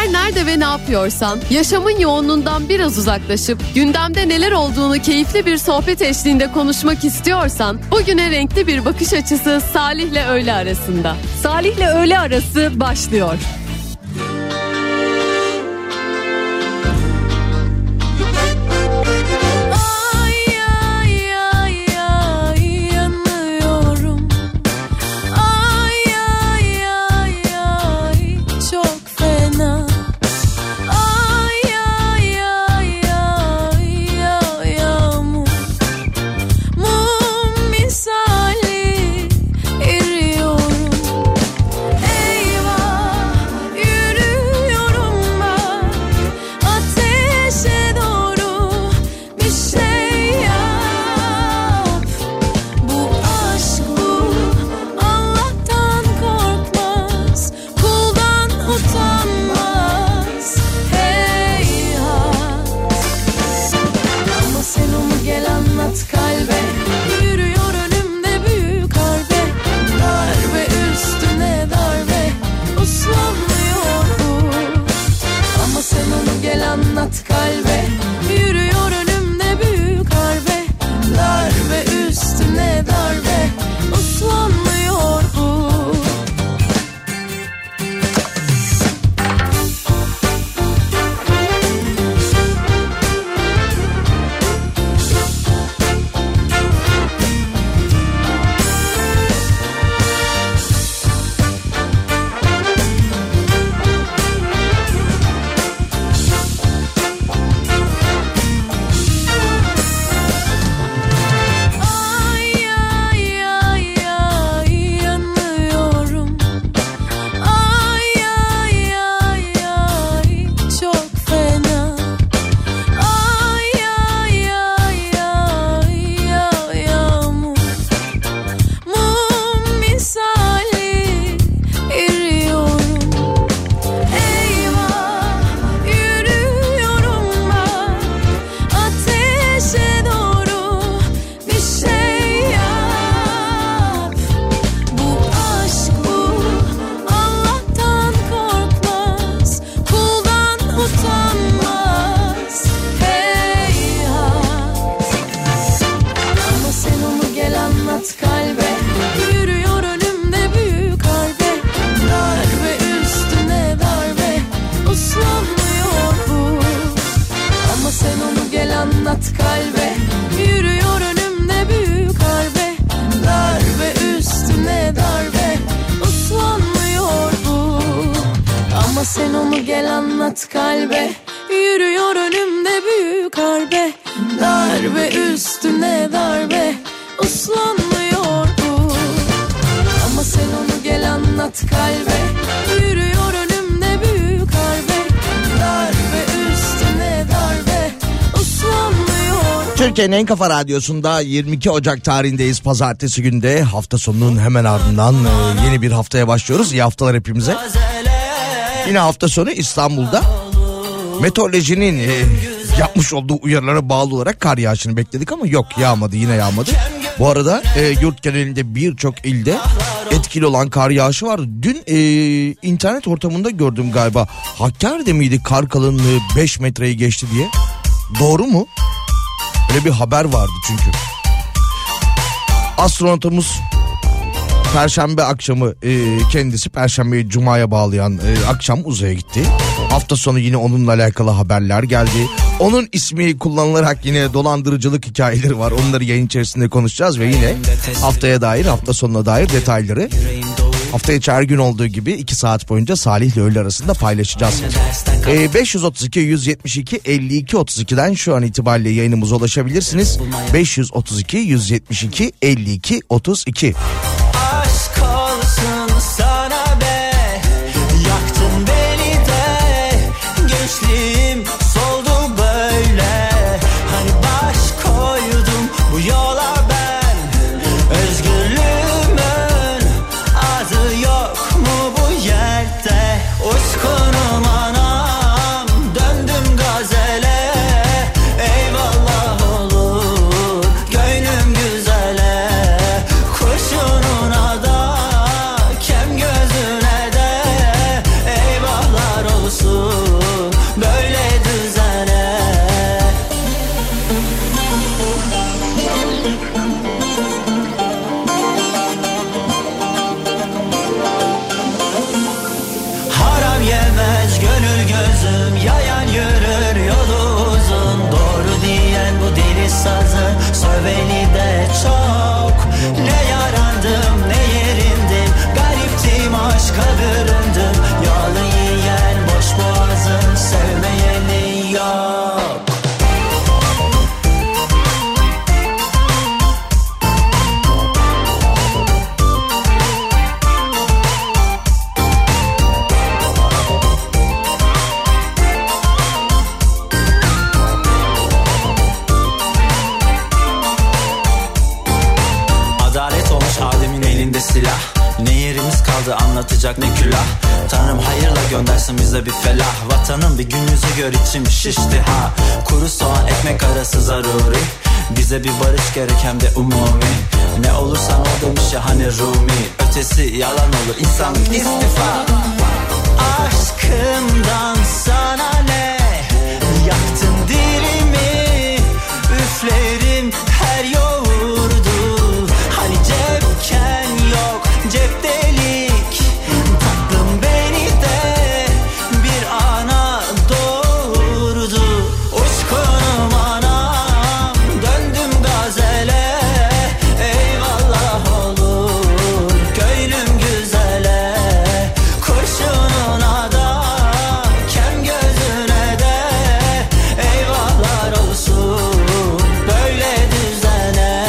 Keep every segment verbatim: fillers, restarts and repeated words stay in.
Her nerede ve ne yapıyorsan, yaşamın yoğunluğundan biraz uzaklaşıp gündemde neler olduğunu keyifli bir sohbet eşliğinde konuşmak istiyorsan, bugüne renkli bir bakış açısı Salih'le öğle arasında. Salih'le öğle arası başlıyor. Türkiye'nin en kafa radyosunda yirmi iki Ocak tarihindeyiz, pazartesi günde, hafta sonunun hemen ardından e, yeni bir haftaya başlıyoruz. İyi haftalar hepimize. Yine hafta sonu İstanbul'da meteorolojinin e, yapmış olduğu uyarılara bağlı olarak kar yağışını bekledik ama yok, yağmadı, yine yağmadı. Bu arada e, yurt genelinde birçok ilde etkili olan kar yağışı var. Dün e, internet ortamında gördüm galiba, Hakkari'de miydi kar kalınlığı beş metreyi geçti diye. Doğru mu? Öyle bir haber vardı çünkü. Astronotumuz Perşembe akşamı e, kendisi Perşembeyi Cuma'ya bağlayan e, akşam uzaya gitti. Hafta sonu yine onunla alakalı haberler geldi. Onun ismi kullanılarak yine dolandırıcılık hikayeleri var. Onları yayın içerisinde konuşacağız ve yine haftaya dair, hafta sonuna dair detayları hafta içi her gün olduğu gibi iki saat boyunca Salih'le öğle arasında paylaşacağız. Ee, beş yüz otuz iki yüz yetmiş iki elli iki otuz iki'den şu an itibariyle yayınımıza ulaşabilirsiniz. beş yüz otuz iki yüz yetmiş iki elli iki otuz iki. Aşk olsun sana be, yaktın beni de, gençliğim soldu böyle. Hani baş koydum bu yola ben, özgürlüğümün adı yok mu bu yerde? Uçkunum anam, döndüm gazele, eyvallah olur gönlüm güzele. Kurşunum yemez gönül gözüm, yayan yürür yolu uzun. Doğru diyen bu deli sazın, söveni de çok. Ne yarandım ne yerindim, gariptim aşka büründüm. Yağlı yiyen boş boğazın, sevmeyeni yok. Silah. Ne yerimiz kaldı anlatacak ne külah. Tanrım hayırla göndersin bize bir felah. Vatanım bir gün yüzü gör içim şişti ha. Kuru soğan ekmek arası zaruri. Bize bir barış gerek hem de umumi. Ne olursan ol demiş ya hani Rumi. Ötesi yalan olur insanlık istifa. Aşkımdan sana ne? Yaktın dilimi. Üflerim her yoğurdu. Hani cepken yok cep delik. Tatlım beni de bir ana doğurdu. Uçkunum anam döndüm gazele. Eyvallah olur köylüm güzele. Kurşununa da kem gözüne de eyvahlar olsun böyle düzene.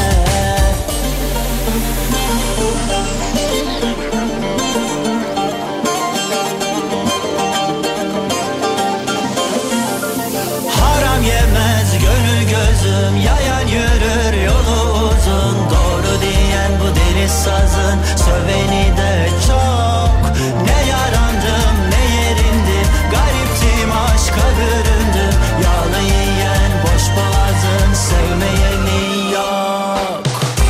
Haram yemez gönül gözüm, yayan yürür yolu uzun. Doğru diyen bu deli sazın, söveni de çok. Ne yarandım ne yerindim, gariptim aşka büründüm. Yağlı yiyen boş boğazın, sevmeyeni yok.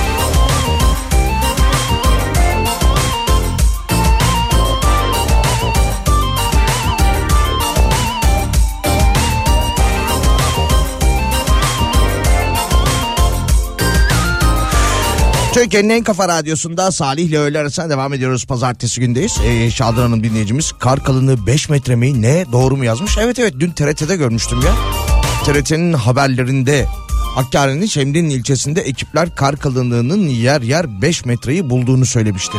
Türkiye'nin en kafa radyosunda Salih ile öğle arasına devam ediyoruz. Pazartesi gündeyiz. Ee, Şadan Hanım dinleyicimiz kar kalınlığı beş metre mi ne doğru mu yazmış? Evet evet dün T R T'de görmüştüm ya. T R T'nin haberlerinde Hakkari'nin Şemdin ilçesinde ekipler kar kalınlığının yer yer beş metreyi bulduğunu söylemişti.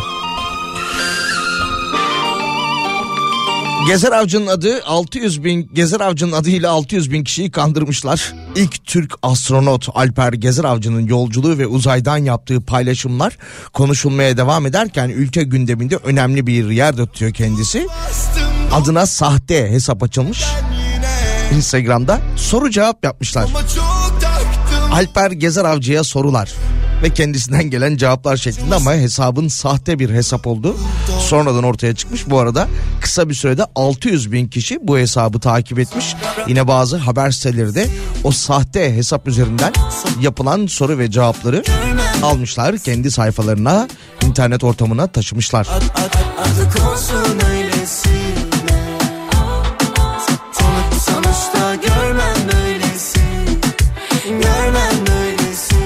Gezer Avcı'nın adı altı yüz bin Gezer Avcı'nın adıyla altı yüz bin kişiyi kandırmışlar. İlk Türk astronot Alper Gezer Avcı'nın yolculuğu ve uzaydan yaptığı paylaşımlar konuşulmaya devam ederken ülke gündeminde önemli bir yerde tutuyor kendisi. Adına sahte hesap açılmış. Instagram'da soru cevap yapmışlar. Alper Gezer Avcı'ya sorular ve kendisinden gelen cevaplar şeklinde ama hesabın sahte bir hesap olduğu sonradan ortaya çıkmış. Bu arada kısa bir sürede altı yüz bin kişi bu hesabı takip etmiş. Yine bazı haber siteleri de o sahte hesap üzerinden yapılan soru ve cevapları almışlar. Kendi sayfalarına, internet ortamına taşımışlar. Sonuçta görmem böylesi, görmem böylesi.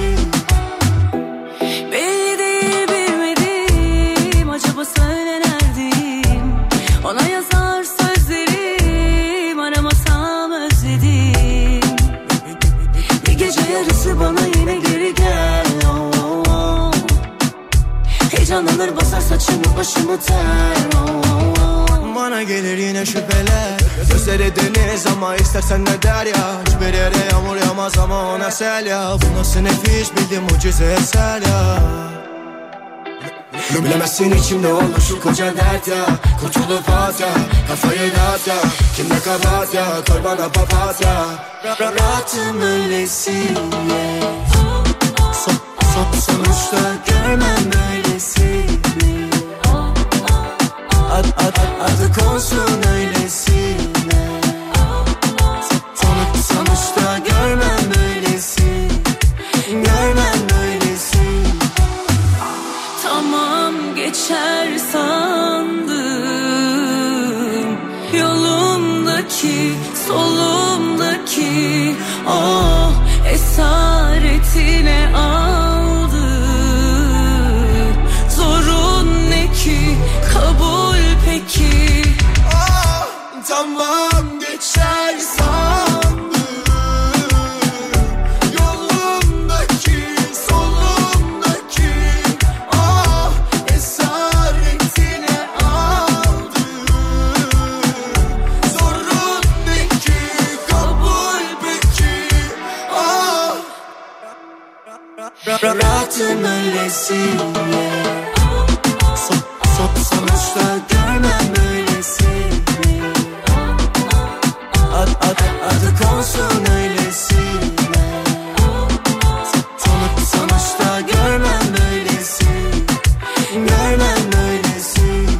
Belli değil bilmedim, acaba söylenerdim. Ona yazar sözlerim, aramasam özledim. Bir gece yarısı bana yine geri gel. Oh, oh, oh. Heyecanlanır basar saçımı başımı ter. Oh, oh, oh. Bana gelir yine şüpheler. Gözleri deniz ama istersen ne der ya. Hiçbir yere yağmur yağmaz ama ona sel ya. Bu nasıl nefis bildim mucize eser ya. Bilemezsin içimde olur şu koca dert ya. Kurtulup at ya, kafayı dağıt ya. Kimde kabahat ya, koy bana papatya. Rahatım öylesine. Son, son, sonuçta görmem böylesini. Ad, ad, ad, adı konsun öylesine. Sonuç, sonuçta görmem böylesini. Görmem böylesini. Tamam geçer sandım. Yolumdaki, solumdaki oh esaretine aldı. Zorun ne ki, kabul peki. Oh, tamam geçer sandım. Yolumdaki solumdaki ah esaretine aldım. Zorundaki kabul peki ah rahatım öylesine. Sonuçta görmem öylesine. Ad, ad, adı konsun öylesine. Sonuç, sonuçta görmem öylesine. Görmem öylesine.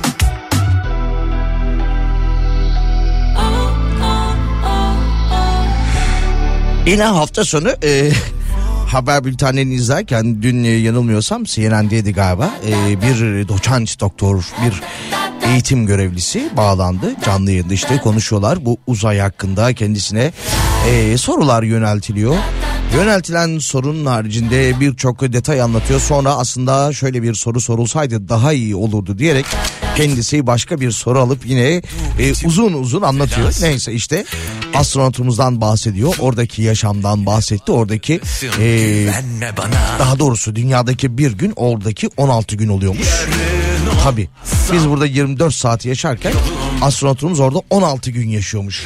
Yine hafta sonu e, haber bültenlerini izlerken dün e, yanılmıyorsam C N N'deydi galiba e, bir doçent doktor bir eğitim görevlisi bağlandı canlı yayında, işte konuşuyorlar bu uzay hakkında, kendisine e, sorular yöneltiliyor. Yöneltilen sorunun haricinde birçok detay anlatıyor. Sonra aslında şöyle bir soru sorulsaydı daha iyi olurdu diyerek kendisi başka bir soru alıp yine e, uzun uzun anlatıyor. Neyse işte astronotumuzdan bahsediyor. Oradaki yaşamdan bahsetti. Oradaki e, daha doğrusu dünyadaki bir gün oradaki on altı gün oluyormuş. Tabii biz burada yirmi dört saat yaşarken astronotumuz orada on altı gün yaşıyormuş.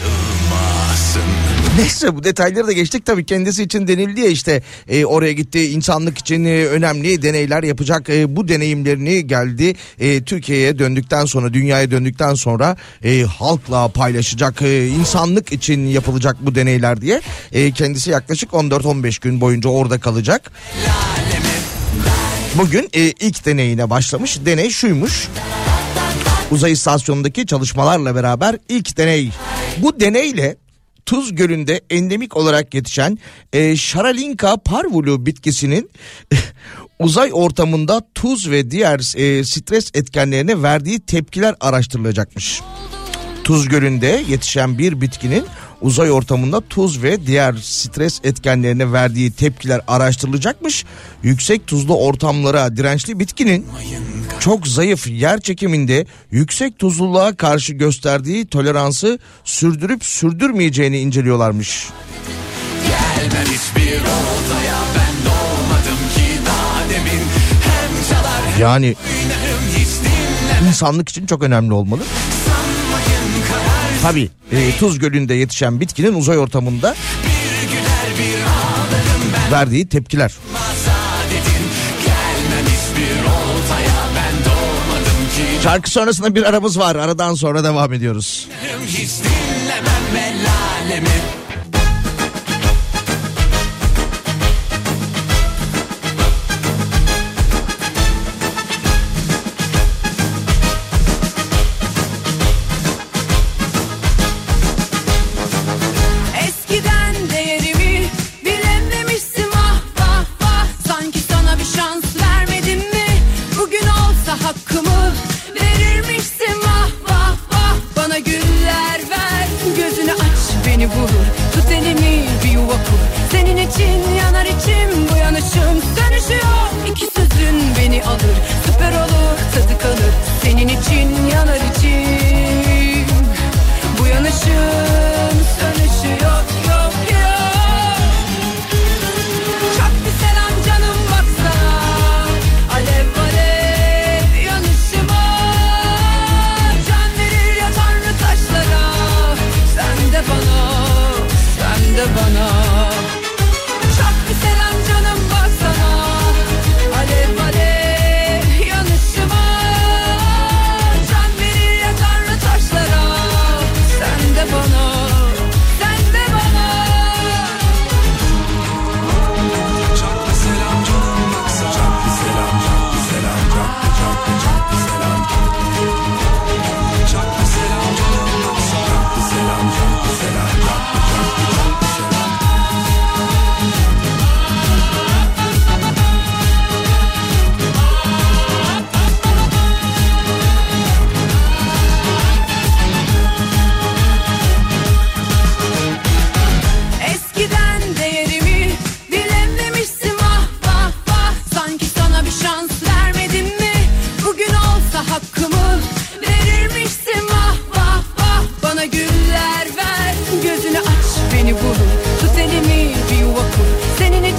Neyse bu detayları da geçtik. Tabii kendisi için denildi ya, işte e, oraya gitti, insanlık için e, önemli deneyler yapacak. E, bu deneyimlerini geldi e, Türkiye'ye döndükten sonra, dünyaya döndükten sonra e, halkla paylaşacak. E, insanlık için yapılacak bu deneyler diye. E, kendisi yaklaşık on dört on beş gün boyunca orada kalacak. Bugün e, ilk deneyine başlamış. Deney şuymuş: uzay istasyonundaki çalışmalarla beraber ilk deney. Bu deneyle Tuz Gölü'nde endemik olarak yetişen e, Şaralinka parvulu bitkisinin uzay ortamında tuz ve diğer e, stres etkenlerine verdiği tepkiler araştırılacakmış. Tuz Gölü'nde yetişen bir bitkinin uzay ortamında tuz ve diğer stres etkenlerine verdiği tepkiler araştırılacakmış. Yüksek tuzlu ortamlara dirençli bitkinin çok zayıf yer çekiminde yüksek tuzluluğa karşı gösterdiği toleransı sürdürüp sürdürmeyeceğini inceliyorlarmış. Gelmem hiçbir oltaya ben doğmadım ki daha demin. Hem çalar Yani insanlık için çok önemli olmalı. Tabii e, Tuz Gölü'nde yetişen bitkinin uzay ortamında verdiği tepkiler. Şarkı sonrasında bir aramız var. Aradan sonra devam ediyoruz. Hiç dinlemem el alemi. Vurur, tut elimi bir yuva kur. Senin için yanar içim, bu yanışım sönüşüyor. İki sözün beni alır, süper olur, tadı kalır. Senin için yanar içim, bu yanışım sönüşüyor. Yok yok. Çok bir selam canım baksana, alev alev yanışıma. Can verir ya Tanrı taşlara, sen de bana. Sen de bana çok bir selam canım baksana, alev alev yanışıma. Can verir ya Tanrı taşlara, sen de bana.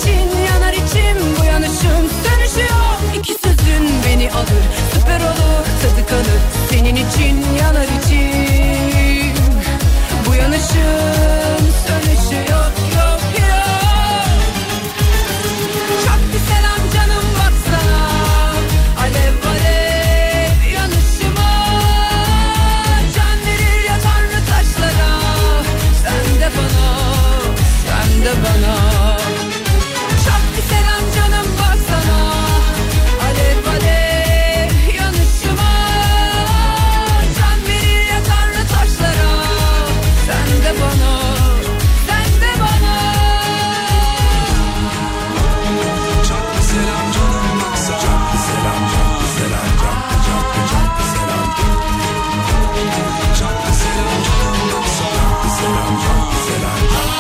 için yanar içim, bu yanışım dönüşü yok. İki sözün beni alır, süper olur, tadı kalır. Senin için yanar içim, bu yanışım dönüşü yok, yok, yok. Çok bir selam canım baksana, alev alev yanışıma. Can verir ya Tanrı taşlara, sen de bana, sen de bana. Çok bir selam canım baksana, alev alev yanışıma. Can verir ya Tanrı taşlara, sen de bana, sen de bana. Çok bir selam canım baksana. Çok bir selam, çok bir selam, çok bir, çok bir, çok bir selam. Çok bir selam canım baksana. Çok bir selam, çok bir selam, çok bir, çok bir, çok bir selam.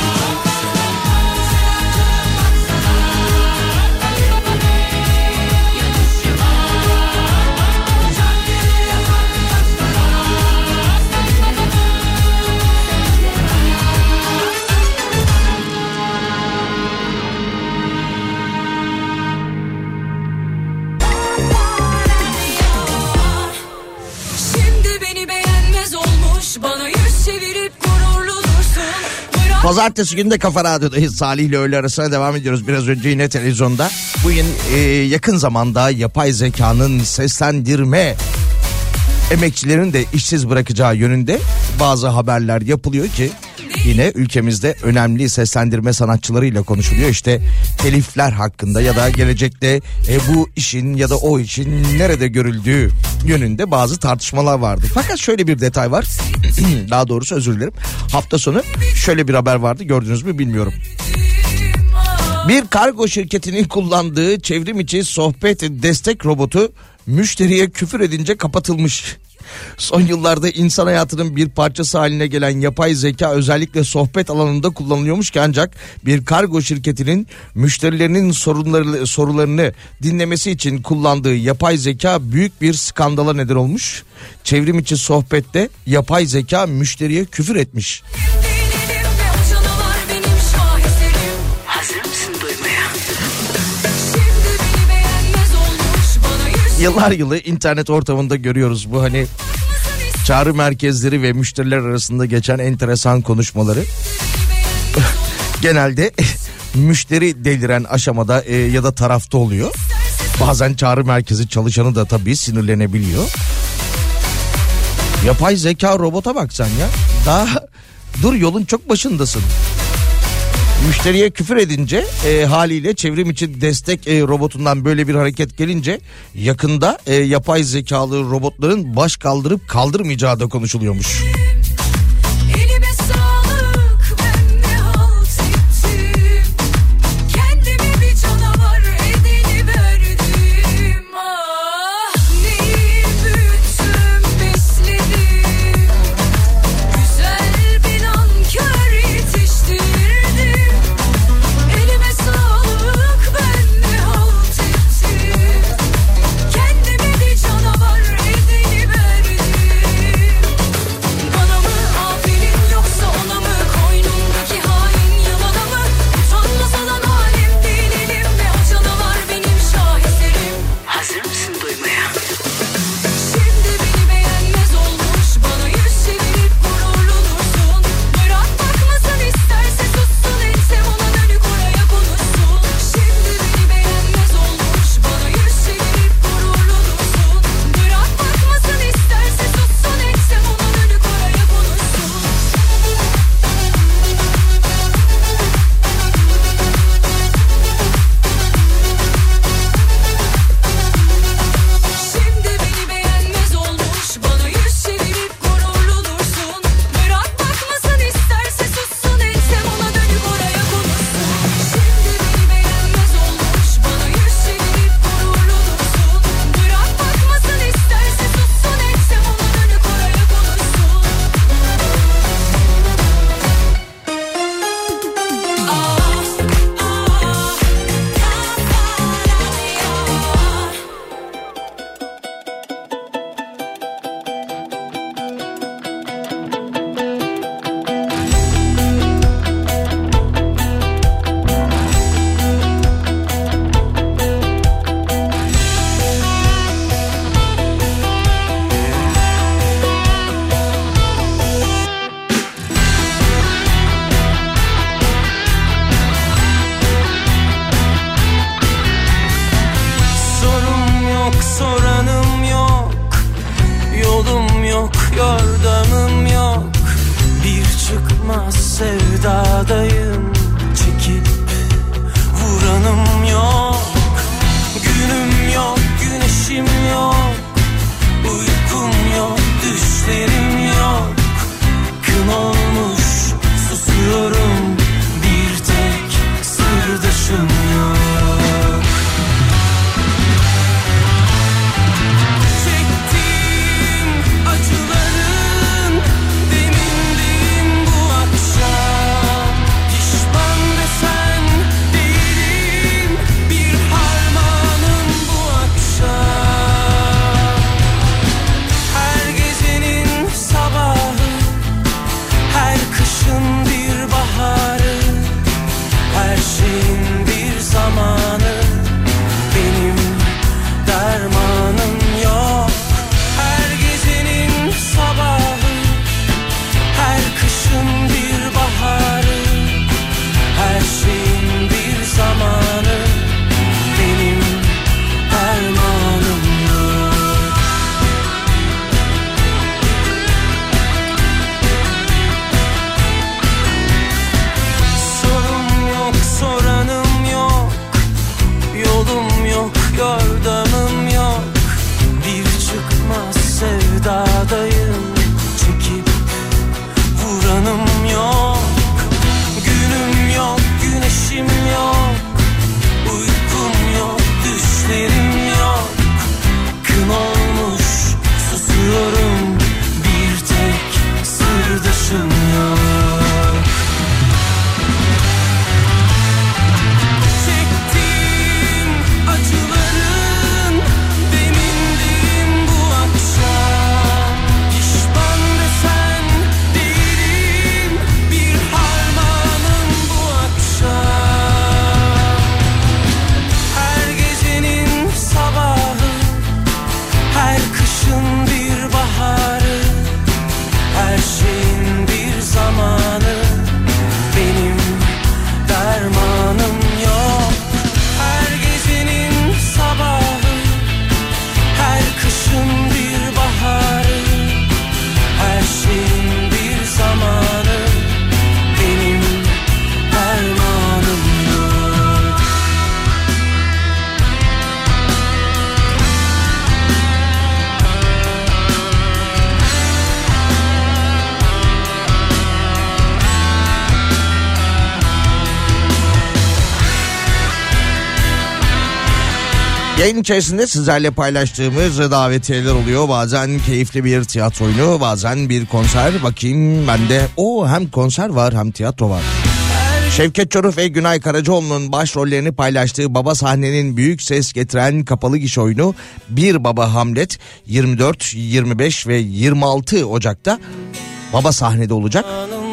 Şimdi beni beğenmez olmuş, bana yüz çevirip gururlu dursun. Bırak Pazartesi günde Kafa Radyo'dayız. Salih ile öğle arasına devam ediyoruz. Biraz önce yine televizyonda. Bugün e, yakın zamanda yapay zekanın seslendirme emekçilerin de işsiz bırakacağı yönünde bazı haberler yapılıyor ki yine ülkemizde önemli seslendirme sanatçılarıyla konuşuluyor. İşte telifler hakkında ya da gelecekte e, bu işin ya da o işin nerede görüldüğü yönünde bazı tartışmalar vardı. Fakat şöyle bir detay var. Daha doğrusu özür dilerim. Hafta sonu şöyle bir haber vardı, gördünüz mü bilmiyorum. Bir kargo şirketinin kullandığı çevrim içi sohbet destek robotu müşteriye küfür edince kapatılmış. Son yıllarda insan hayatının bir parçası haline gelen yapay zeka özellikle sohbet alanında kullanılıyormuş ki ancak bir kargo şirketinin müşterilerinin sorunları, sorularını dinlemesi için kullandığı yapay zeka büyük bir skandala neden olmuş. Çevrim içi sohbette yapay zeka müşteriye küfür etmiş. değilim ve o canavar benim şaheserim. Hazır mısın duymaya? Şimdi beni beğenmez olmuş, bana yüz Yıllar yılı internet ortamında görüyoruz bu hani çağrı merkezleri ve müşteriler arasında geçen enteresan konuşmaları. Genelde müşteri deliren aşamada e, ya da tarafta oluyor. Bazen çağrı merkezi çalışanı da tabii sinirlenebiliyor. Yapay zeka robota bak sen ya. Daha dur yolun çok başındasın. Müşteriye küfür edince e, haliyle çevrim içi destek e, robotundan böyle bir hareket gelince yakında e, yapay zekalı robotların baş kaldırıp kaldırmayacağı da konuşuluyormuş. elime sağlık, ben ne halt ettim. Kendime bir canavar ediniverdim. Ah, neyi büyüttüm, besledim. Güzel bir nankör yetiştirdim. Elime sağlık, ben ne halt ettim. Kendime bir canavar ediniverdim. çıkmaz sevdadayım. Çekip vuranım yok, günüm yok, güneşim yok, uykum yok, düşlerim yok. Kın olmuş susuyorum, bir tek sırdaşım yok. Yayın içerisinde sizlerle paylaştığımız davetiyeler oluyor. Bazen keyifli bir tiyatro oyunu, bazen bir konser. Bakayım bende o hem konser var hem tiyatro var. Şevket Çoruh ve Günay Karacaoğlu'nun başrollerini paylaştığı Baba Sahne'nin büyük ses getiren kapalı gişe oyunu Bir Baba Hamlet yirmi dört, yirmi beş ve yirmi altı Ocak'ta Baba Sahne'de olacak.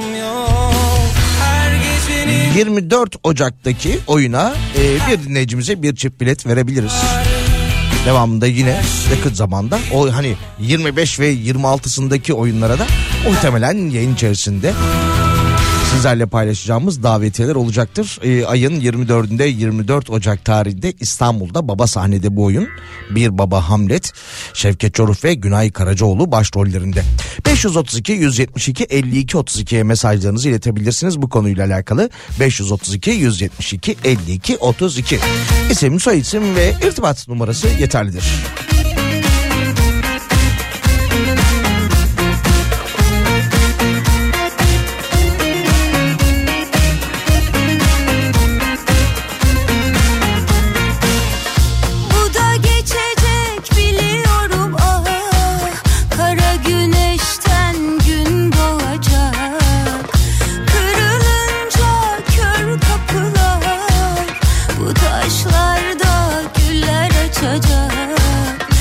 yirmi dört Ocak'taki oyuna e, bir dinleyicimize bir çift bilet verebiliriz. Devamında yine yakın zamanda o hani yirmi beş ve yirmi altısındaki oyunlara da muhtemelen yayın içerisinde sizlerle paylaşacağımız davetiyeler olacaktır. E, ayın yirmi dördünde yirmi dört Ocak tarihinde İstanbul'da Baba Sahne'de bu oyun. Bir Baba Hamlet, Şevket Çoruh ve Günay Karacaoğlu başrollerinde. beş yüz otuz iki yüz yetmiş iki elli iki otuz iki'ye mesajlarınızı iletebilirsiniz bu konuyla alakalı. beş yüz otuz iki yüz yetmiş iki elli iki otuz iki İsim, soyisim ve irtibat numarası yeterlidir. Taşlarda güller açacak.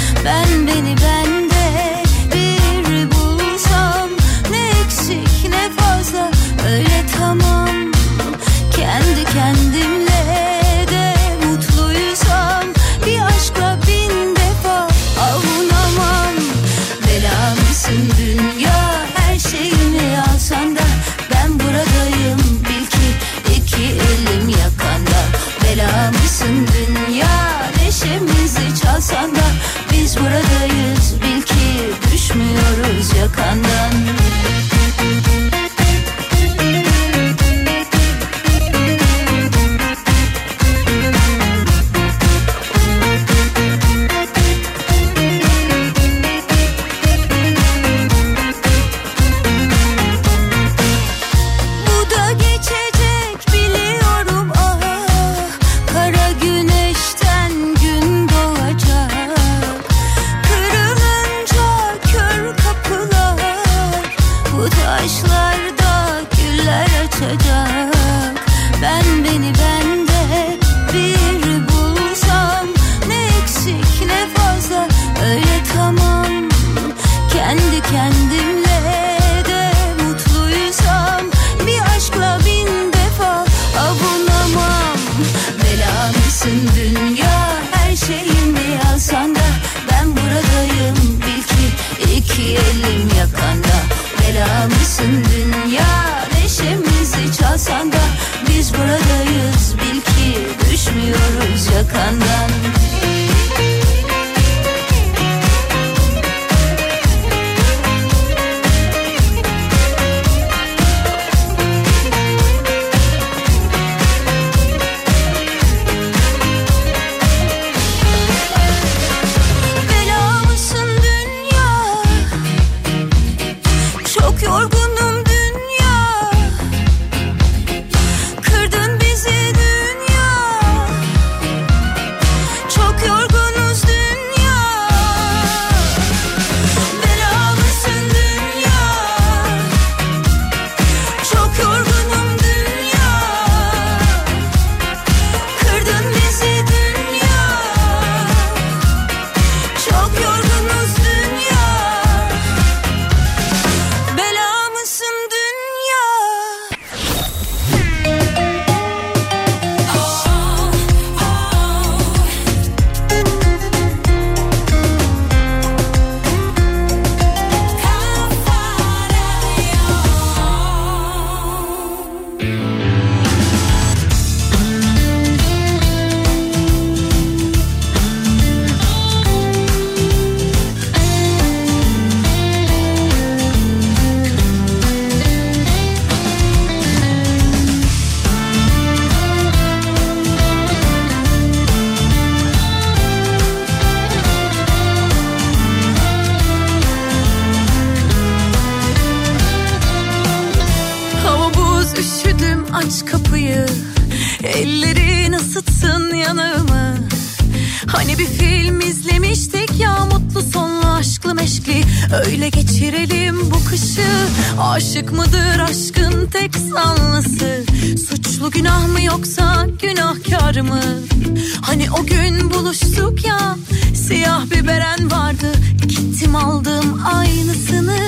aç kapıyı, ellerin ısıtsın yanağımı. Hani bir film izlemiştik ya, mutlu sonlu aşklı meşkli, öyle geçirelim bu kışı. Aşık mıdır aşkın tek zanlısı, suçlu günah mı yoksa günahkar mı? Hani o gün buluştuk ya, siyah bir beren vardı, gittim aldım aynısını.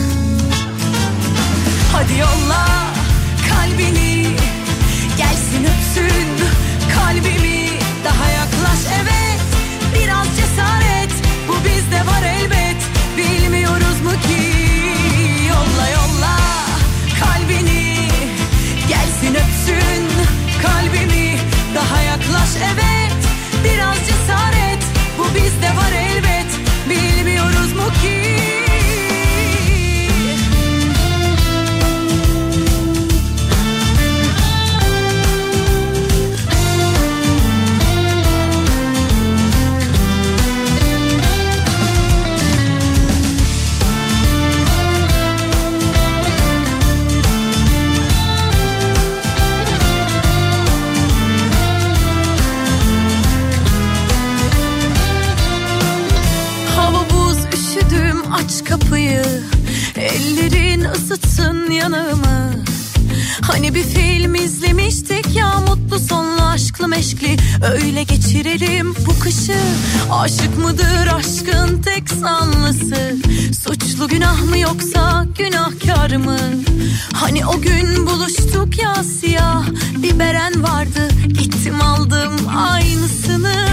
Hadi yolla kalbini, gelsin öpsün kalbimi, daha yaklaş evet, biraz cesaret, bu bizde var elbet, bilmiyoruz mu ki? Yolla yolla kalbini, gelsin öpsün kalbimi, daha yaklaş evet, biraz cesaret, bu bizde var elbet, bilmiyoruz mu ki? Aç kapıyı, ellerin ısıtsın yanağımı. Hani bir film izlemiştik ya, mutlu sonlu aşklı meşkli, öyle geçirelim bu kışı. Aşık mıdır aşkın tek zanlısı, suçlu günah mı yoksa günahkar mı? Hani o gün buluştuk ya, siyah bir beren vardı, gittim aldım aynısını.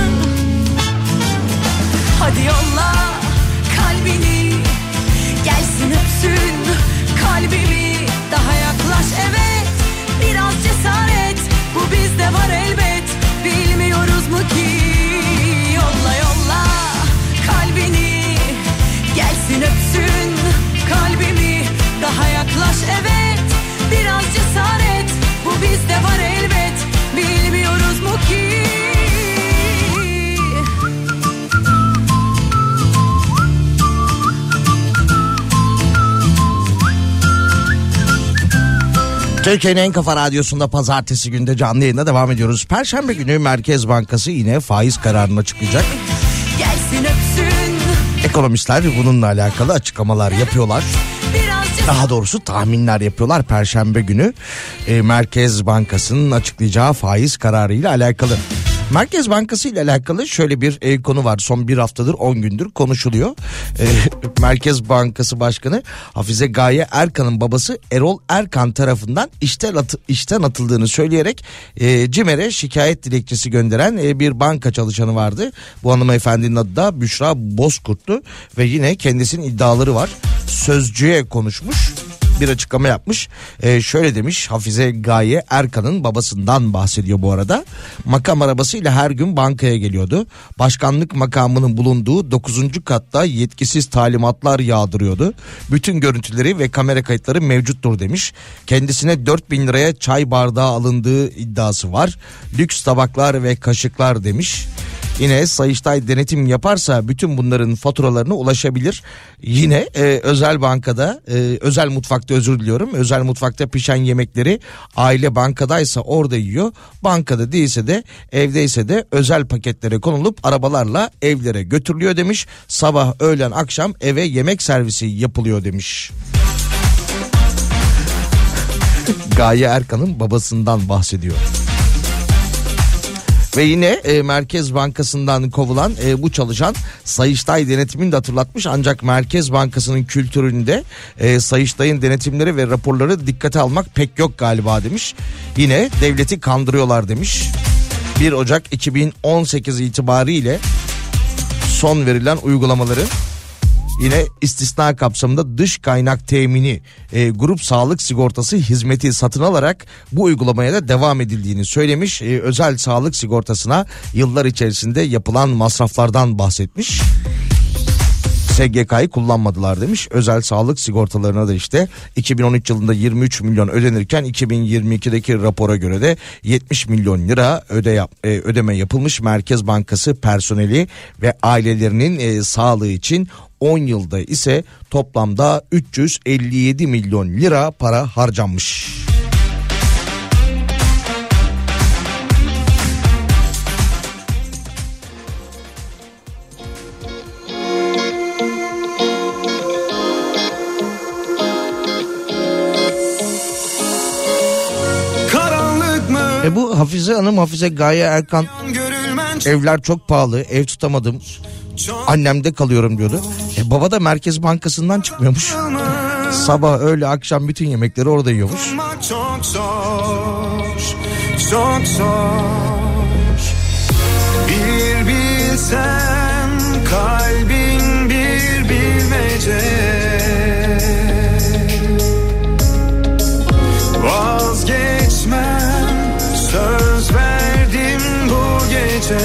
Hadi yolla kalbini, gelsin öpsün kalbimi, daha yaklaş evet, biraz cesaret, bu bizde var elbet, bilmiyoruz mu ki? Yolla yolla kalbini, gelsin öpsün kalbimi, daha yaklaş evet, biraz cesaret, bu bizde var elbet, bilmiyoruz mu ki? Türkiye'nin en kafa radyosunda pazartesi günde canlı yayında devam ediyoruz. Perşembe günü Merkez Bankası yine faiz kararını açıklayacak. Ekonomistler bununla alakalı açıklamalar yapıyorlar. Daha doğrusu tahminler yapıyorlar. Perşembe günü e, Merkez Bankası'nın açıklayacağı faiz kararı ile alakalı. Merkez Bankası ile alakalı şöyle bir e, konu var. Son bir haftadır on gündür konuşuluyor. E, Merkez Bankası Başkanı Hafize Gaye Erkan'ın babası Erol Erkan tarafından işten, atı, işten atıldığını söyleyerek e, CİMER'e şikayet dilekçesi gönderen e, bir banka çalışanı vardı. Bu hanımefendinin adı da Büşra Bozkurt'tu ve yine kendisinin iddiaları var. Sözcü'ye konuşmuş, bir açıklama yapmış. Ee, şöyle demiş, Hafize Gaye Erkan'ın babasından bahsediyor bu arada. Makam arabasıyla her gün bankaya geliyordu. Başkanlık makamının bulunduğu dokuzuncu katta yetkisiz talimatlar yağdırıyordu. Bütün görüntüleri ve kamera kayıtları mevcuttur demiş. Kendisine dört bin liraya çay bardağı alındığı iddiası var. Lüks tabaklar ve kaşıklar demiş. Yine Sayıştay denetim yaparsa bütün bunların faturalarına ulaşabilir. Yine e, özel bankada, e, özel mutfakta özür diliyorum. Özel mutfakta pişen yemekleri aile bankadaysa orada yiyor. Bankada değilse de evdeyse de özel paketlere konulup arabalarla evlere götürülüyor demiş. Sabah, öğlen, akşam eve yemek servisi yapılıyor demiş. Gaye Erkan'ın babasından bahsediyor. Ve yine e, Merkez Bankası'ndan kovulan e, bu çalışan Sayıştay denetimini de hatırlatmış. Ancak Merkez Bankası'nın kültüründe e, Sayıştay'ın denetimleri ve raporları dikkate almak pek yok galiba demiş. Yine devleti kandırıyorlar demiş. bir Ocak iki bin on sekiz itibariyle son verilen uygulamaları yine istisna kapsamında dış kaynak temini e, grup sağlık sigortası hizmeti satın alarak bu uygulamaya da devam edildiğini söylemiş. E, özel sağlık sigortasına yıllar içerisinde yapılan masraflardan bahsetmiş. S G K'yı kullanmadılar demiş. Özel sağlık sigortalarına da işte iki bin on üç yılında yirmi üç milyon ödenirken iki bin yirmi ikideki rapora göre de yetmiş milyon lira öde yap, e, ödeme yapılmış. Merkez Bankası personeli ve ailelerinin e, sağlığı için on yılda ise toplamda üç yüz elli yedi milyon lira para harcanmış. E bu Hafize Hanım, Hafize Gaye Erkan, evler çok pahalı, ev tutamadım, annemde kalıyorum diyordu. E baba da Merkez Bankası'ndan çıkmıyormuş. Sabah, öğle, akşam bütün yemekleri orada yiyormuş. Çok zor, çok zor. Bir bilsen kalbin bir bilmece. Vazgeçmem, söz verdim bu gece.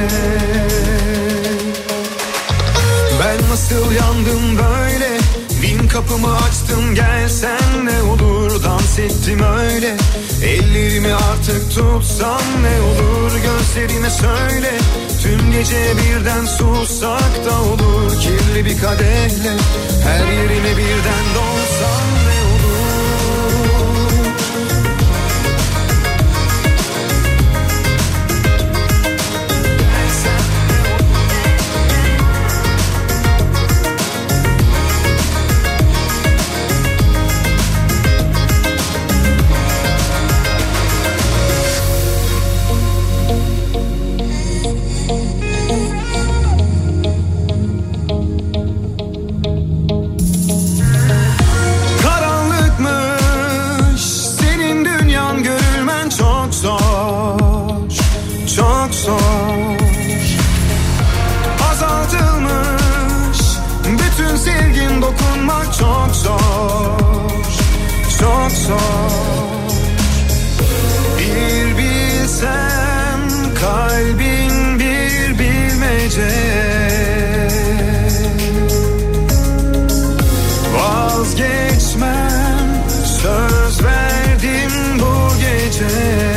Ben nasıl yandım böyle, bin kapımı açtım gelsen ne olur, dans ettim öyle. Ellerimi artık tutsan ne olur, gözlerine söyle. Tüm gece birden sussak da olur, kirli bir kadehle her yerine birden dolsan ne olur. Çok zor, çok zor. Bir bilsem kalbin bir bilmece. Vazgeçmem, söz verdim bu gece.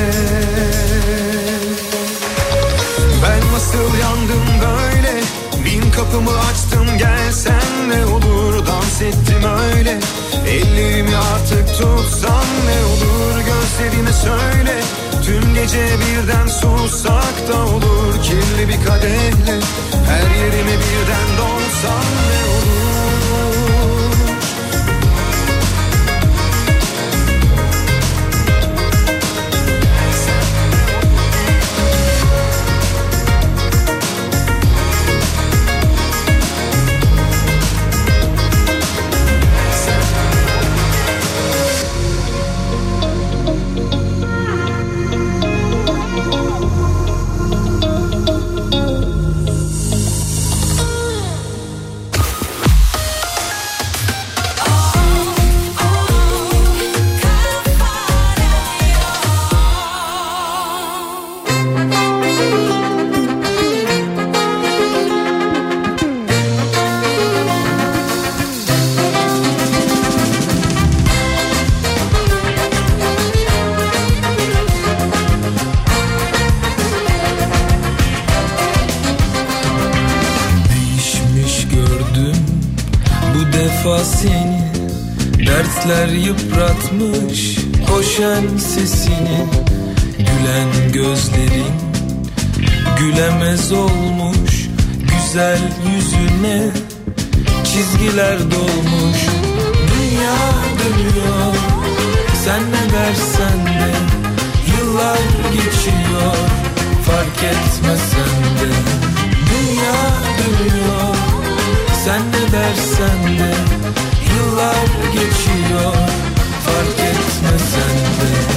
Ben nasıl yandım böyle, bin kapımı açtım gelsen ne olur, dans ettim öyle. Ellerimi artık tutsan ne olur, gözlerine söyle. Tüm gece birden sussak da olur, kirli bir kadehle her yerime birden dolsan ne olur. Seni dertler yıpratmış, hoşen sesini, gülen gözlerin gülemez olmuş, güzel yüzüne çizgiler dolmuş. Dünya dönüyor, sen ne dersen de, yıllar geçiyor, fark etmesen de. Dünya dönüyor, sen ne dersen de, yıllar geçiyor, fark etmesen de.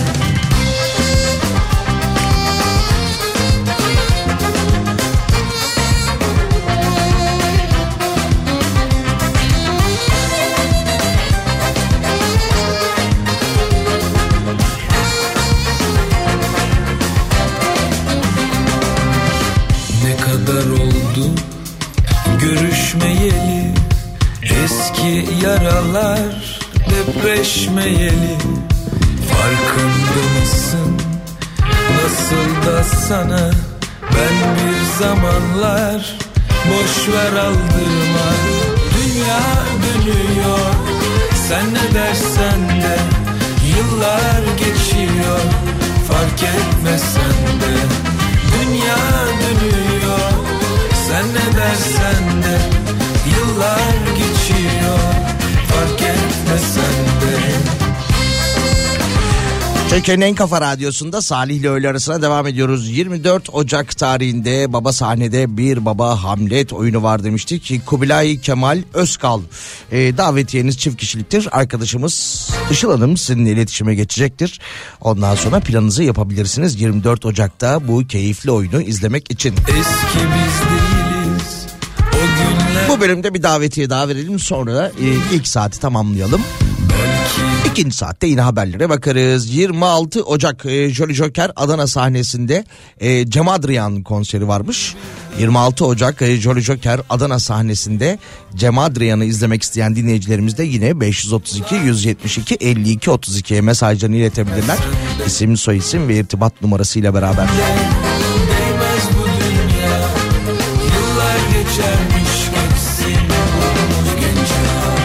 Ne kadar oldu görüşmeyeli, eski yaralar depreşmeyeli. Farkında mısın nasıl da sana ben bir zamanlar boş ver aldırma. Dünya dönüyor, sen ne dersen de, yıllar geçiyor, fark etmesen de. Dünya dönüyor, sen ne dersen de, yıllar geçiyor, fark etmesen de. Türkiye'nin en kafa radyosunda Salih ile öğle arasına devam ediyoruz. yirmi dört Ocak tarihinde baba sahnede bir baba Hamlet oyunu var demiştik. Kubilay Kemal Özkal e, davetiyeniz çift kişiliktir. Arkadaşımız Işıl Hanım sizinle iletişime geçecektir. Ondan sonra planınızı yapabilirsiniz yirmi dört Ocak'ta bu keyifli oyunu izlemek için. Eski biz değiliz o günler. Bu bölümde bir davetiye daha verelim, sonra da e, ilk saati tamamlayalım. İkinci saatte yine haberlere bakarız. yirmi altı Ocak e, Jolly Joker Adana sahnesinde e, Cem Adrian konseri varmış. yirmi altı Ocak e, Jolly Joker Adana sahnesinde Cem Adrian'ı izlemek isteyen dinleyicilerimiz de yine beş yüz otuz iki yüz yetmiş iki elli iki otuz ikiye mesajlarını iletebilirler. İsim, soyisim ve irtibat numarasıyla beraber. Değmez bu dünya, yıllar geçermiş geçsin genç adam.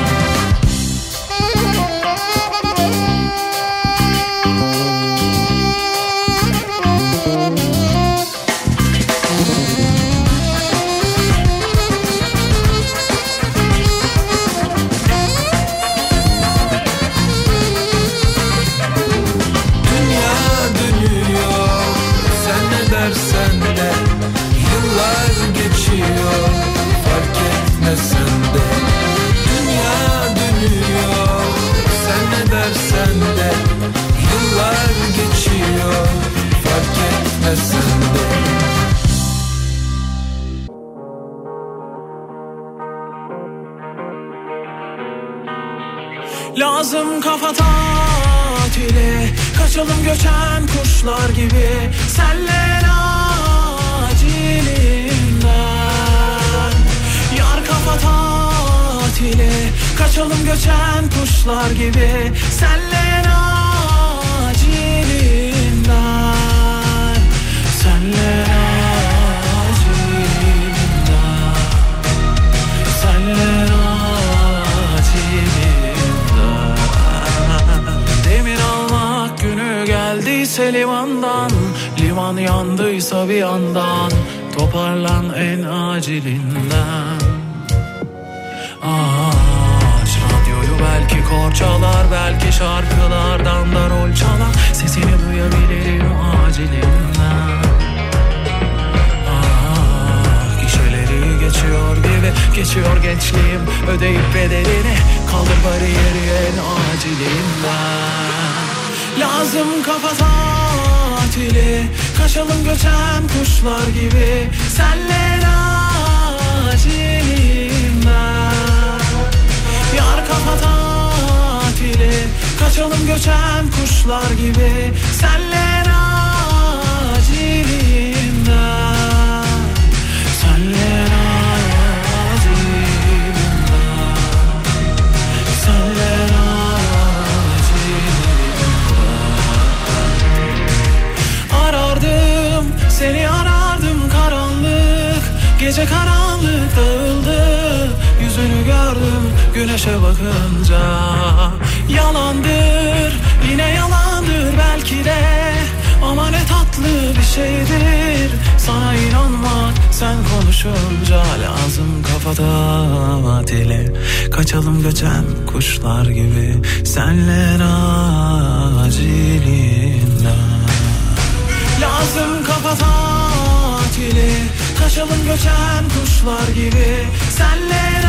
Lazım kafa tatili, kaçalım göçen kuşlar gibi, senle acilinden. Yar kafa tatili, kaçalım göçen kuşlar gibi, senle acilinden. Senle acilinden, senle geldiyse limandan, liman yandıysa bir yandan, toparlan en acilinden. Aç radyoyu, belki kor çalar, belki şarkılardan da rol çalar, sesini duyabilirim acilinden. Ah, gişeleri geçiyor gibi, geçiyor gençliğim, ödeyip bedelini, kaldır bariyeri en acilinden. Lazım kafa tatili, kaçalım göçen kuşlar gibi, senle acilinden. Yar kafa tatili, kaçalım göçen kuşlar gibi, senle acilinden. Senle acilinden, senle seni arardım karanlık, gece karanlık dağıldı, yüzünü gördüm güneşe bakınca. Yalandır, yine yalandır belki de, ama ne tatlı bir şeydir sana inanmak sen konuşunca. Lazım kafa tatili, kaçalım göçen kuşlar gibi, senle acilinden. Lazım kafa tatili, kaçalım göçen kuşlar gibi, senle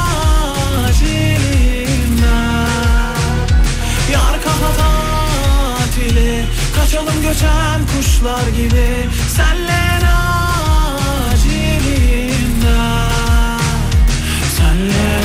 acilinden. Yar kafa tatili, kaçalım göçen kuşlar gibi, senle acilinden. Senle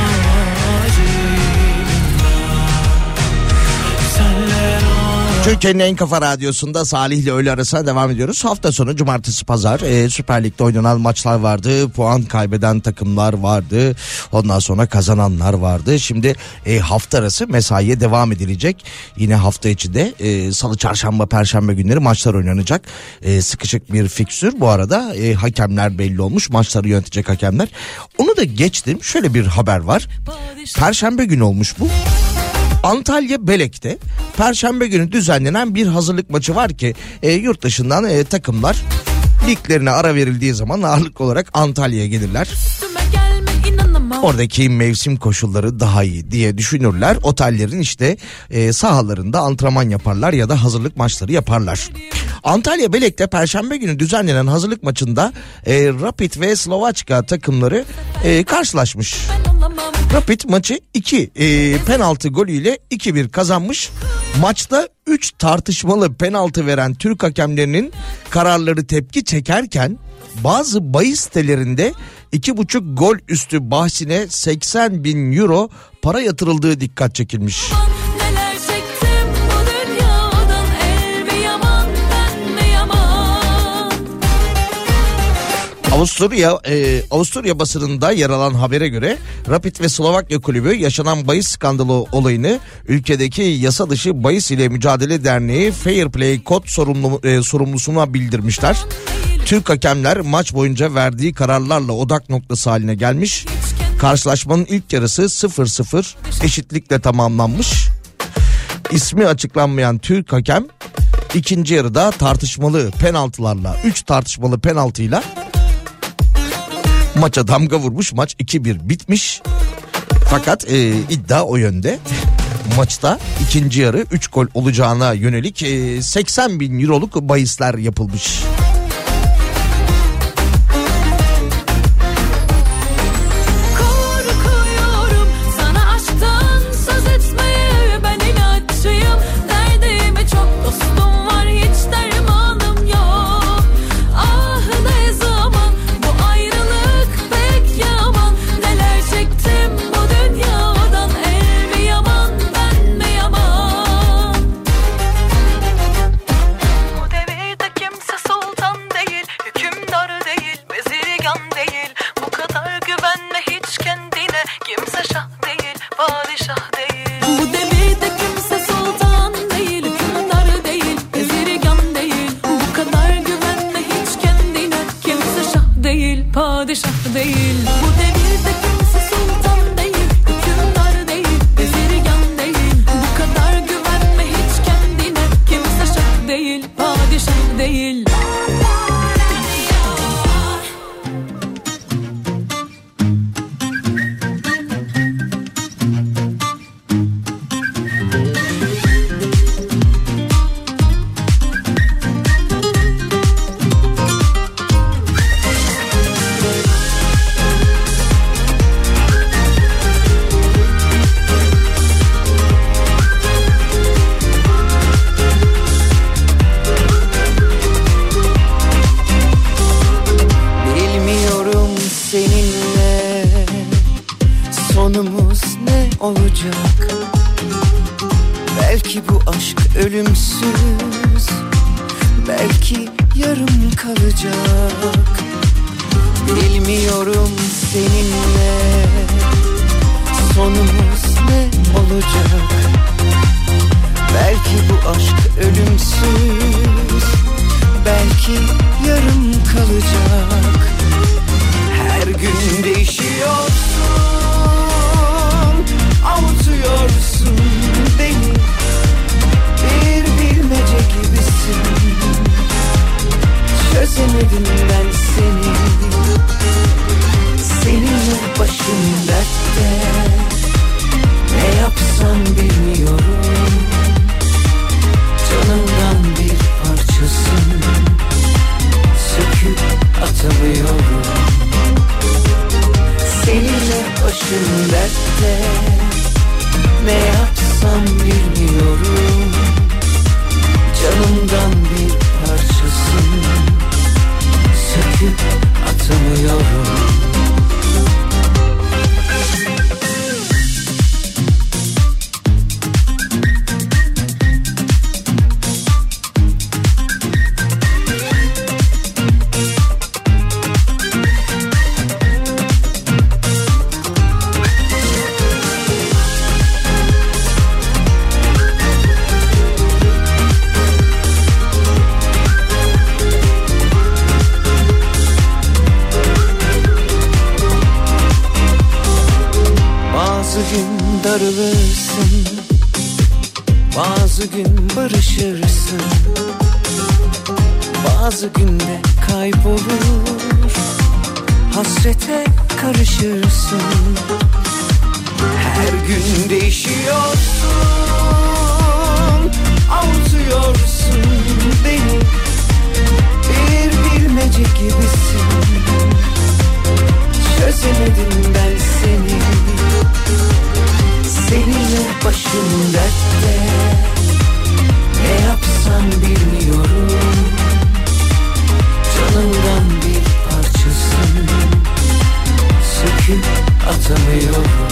Türkiye'nin en kafa radyosunda Salih ile öğle arasına devam ediyoruz. Hafta sonu cumartesi pazar e, Süper Lig'de oynanan maçlar vardı. Puan kaybeden takımlar vardı. Ondan sonra kazananlar vardı. Şimdi e, hafta arası mesaiye devam edilecek. Yine hafta içinde e, salı, çarşamba, perşembe günleri maçlar oynanacak. E, sıkışık bir fiksür. Bu arada e, hakemler belli olmuş. Maçları yönetecek hakemler. Onu da geçtim. Şöyle bir haber var. Perşembe günü olmuş bu. Antalya Belek'te Perşembe günü düzenlenen bir hazırlık maçı var ki e, yurt dışından e, takımlar liglerine ara verildiği zaman ağırlık olarak Antalya'ya gelirler. oradaki mevsim koşulları daha iyi diye düşünürler. Otellerin işte e, sahalarında antrenman yaparlar ya da hazırlık maçları yaparlar. Antalya Belek'te Perşembe günü düzenlenen hazırlık maçında e, Rapid ve Slovaçka takımları e, karşılaşmış. Rapid maçı iki e, penaltı golüyle iki bir kazanmış. Maçta üç tartışmalı penaltı veren Türk hakemlerinin kararları tepki çekerken bazı bahis sitelerinde iki buçuk gol üstü bahsine seksen bin euro para yatırıldığı dikkat çekilmiş. Avusturya e, Avusturya basınında yer alan habere göre Rapid ve Slovakya kulübü yaşanan bahis skandalı olayını ülkedeki yasa dışı bahis ile mücadele derneği Fair Play Code sorumlu, e, sorumlusuna bildirmişler. Türk hakemler maç boyunca verdiği kararlarla odak noktası haline gelmiş. Karşılaşmanın ilk yarısı sıfır sıfır eşitlikle tamamlanmış. İsmi açıklanmayan Türk hakem ikinci yarıda tartışmalı penaltılarla üç tartışmalı penaltıyla maça damga vurmuş. Maç iki bir bitmiş. Fakat e, iddia o yönde. Maçta ikinci yarı üç gol olacağına yönelik e, seksen bin euroluk bahisler yapılmış. hasrete karışırsın. Her gün değişiyorsun, avutuyorsun beni. Bir bilmece gibisin, çözemedim ben seni. Seninle başım dertte, ne yapsam bilmiyorum. Canımdan bir parçasın, söküp atamıyorum.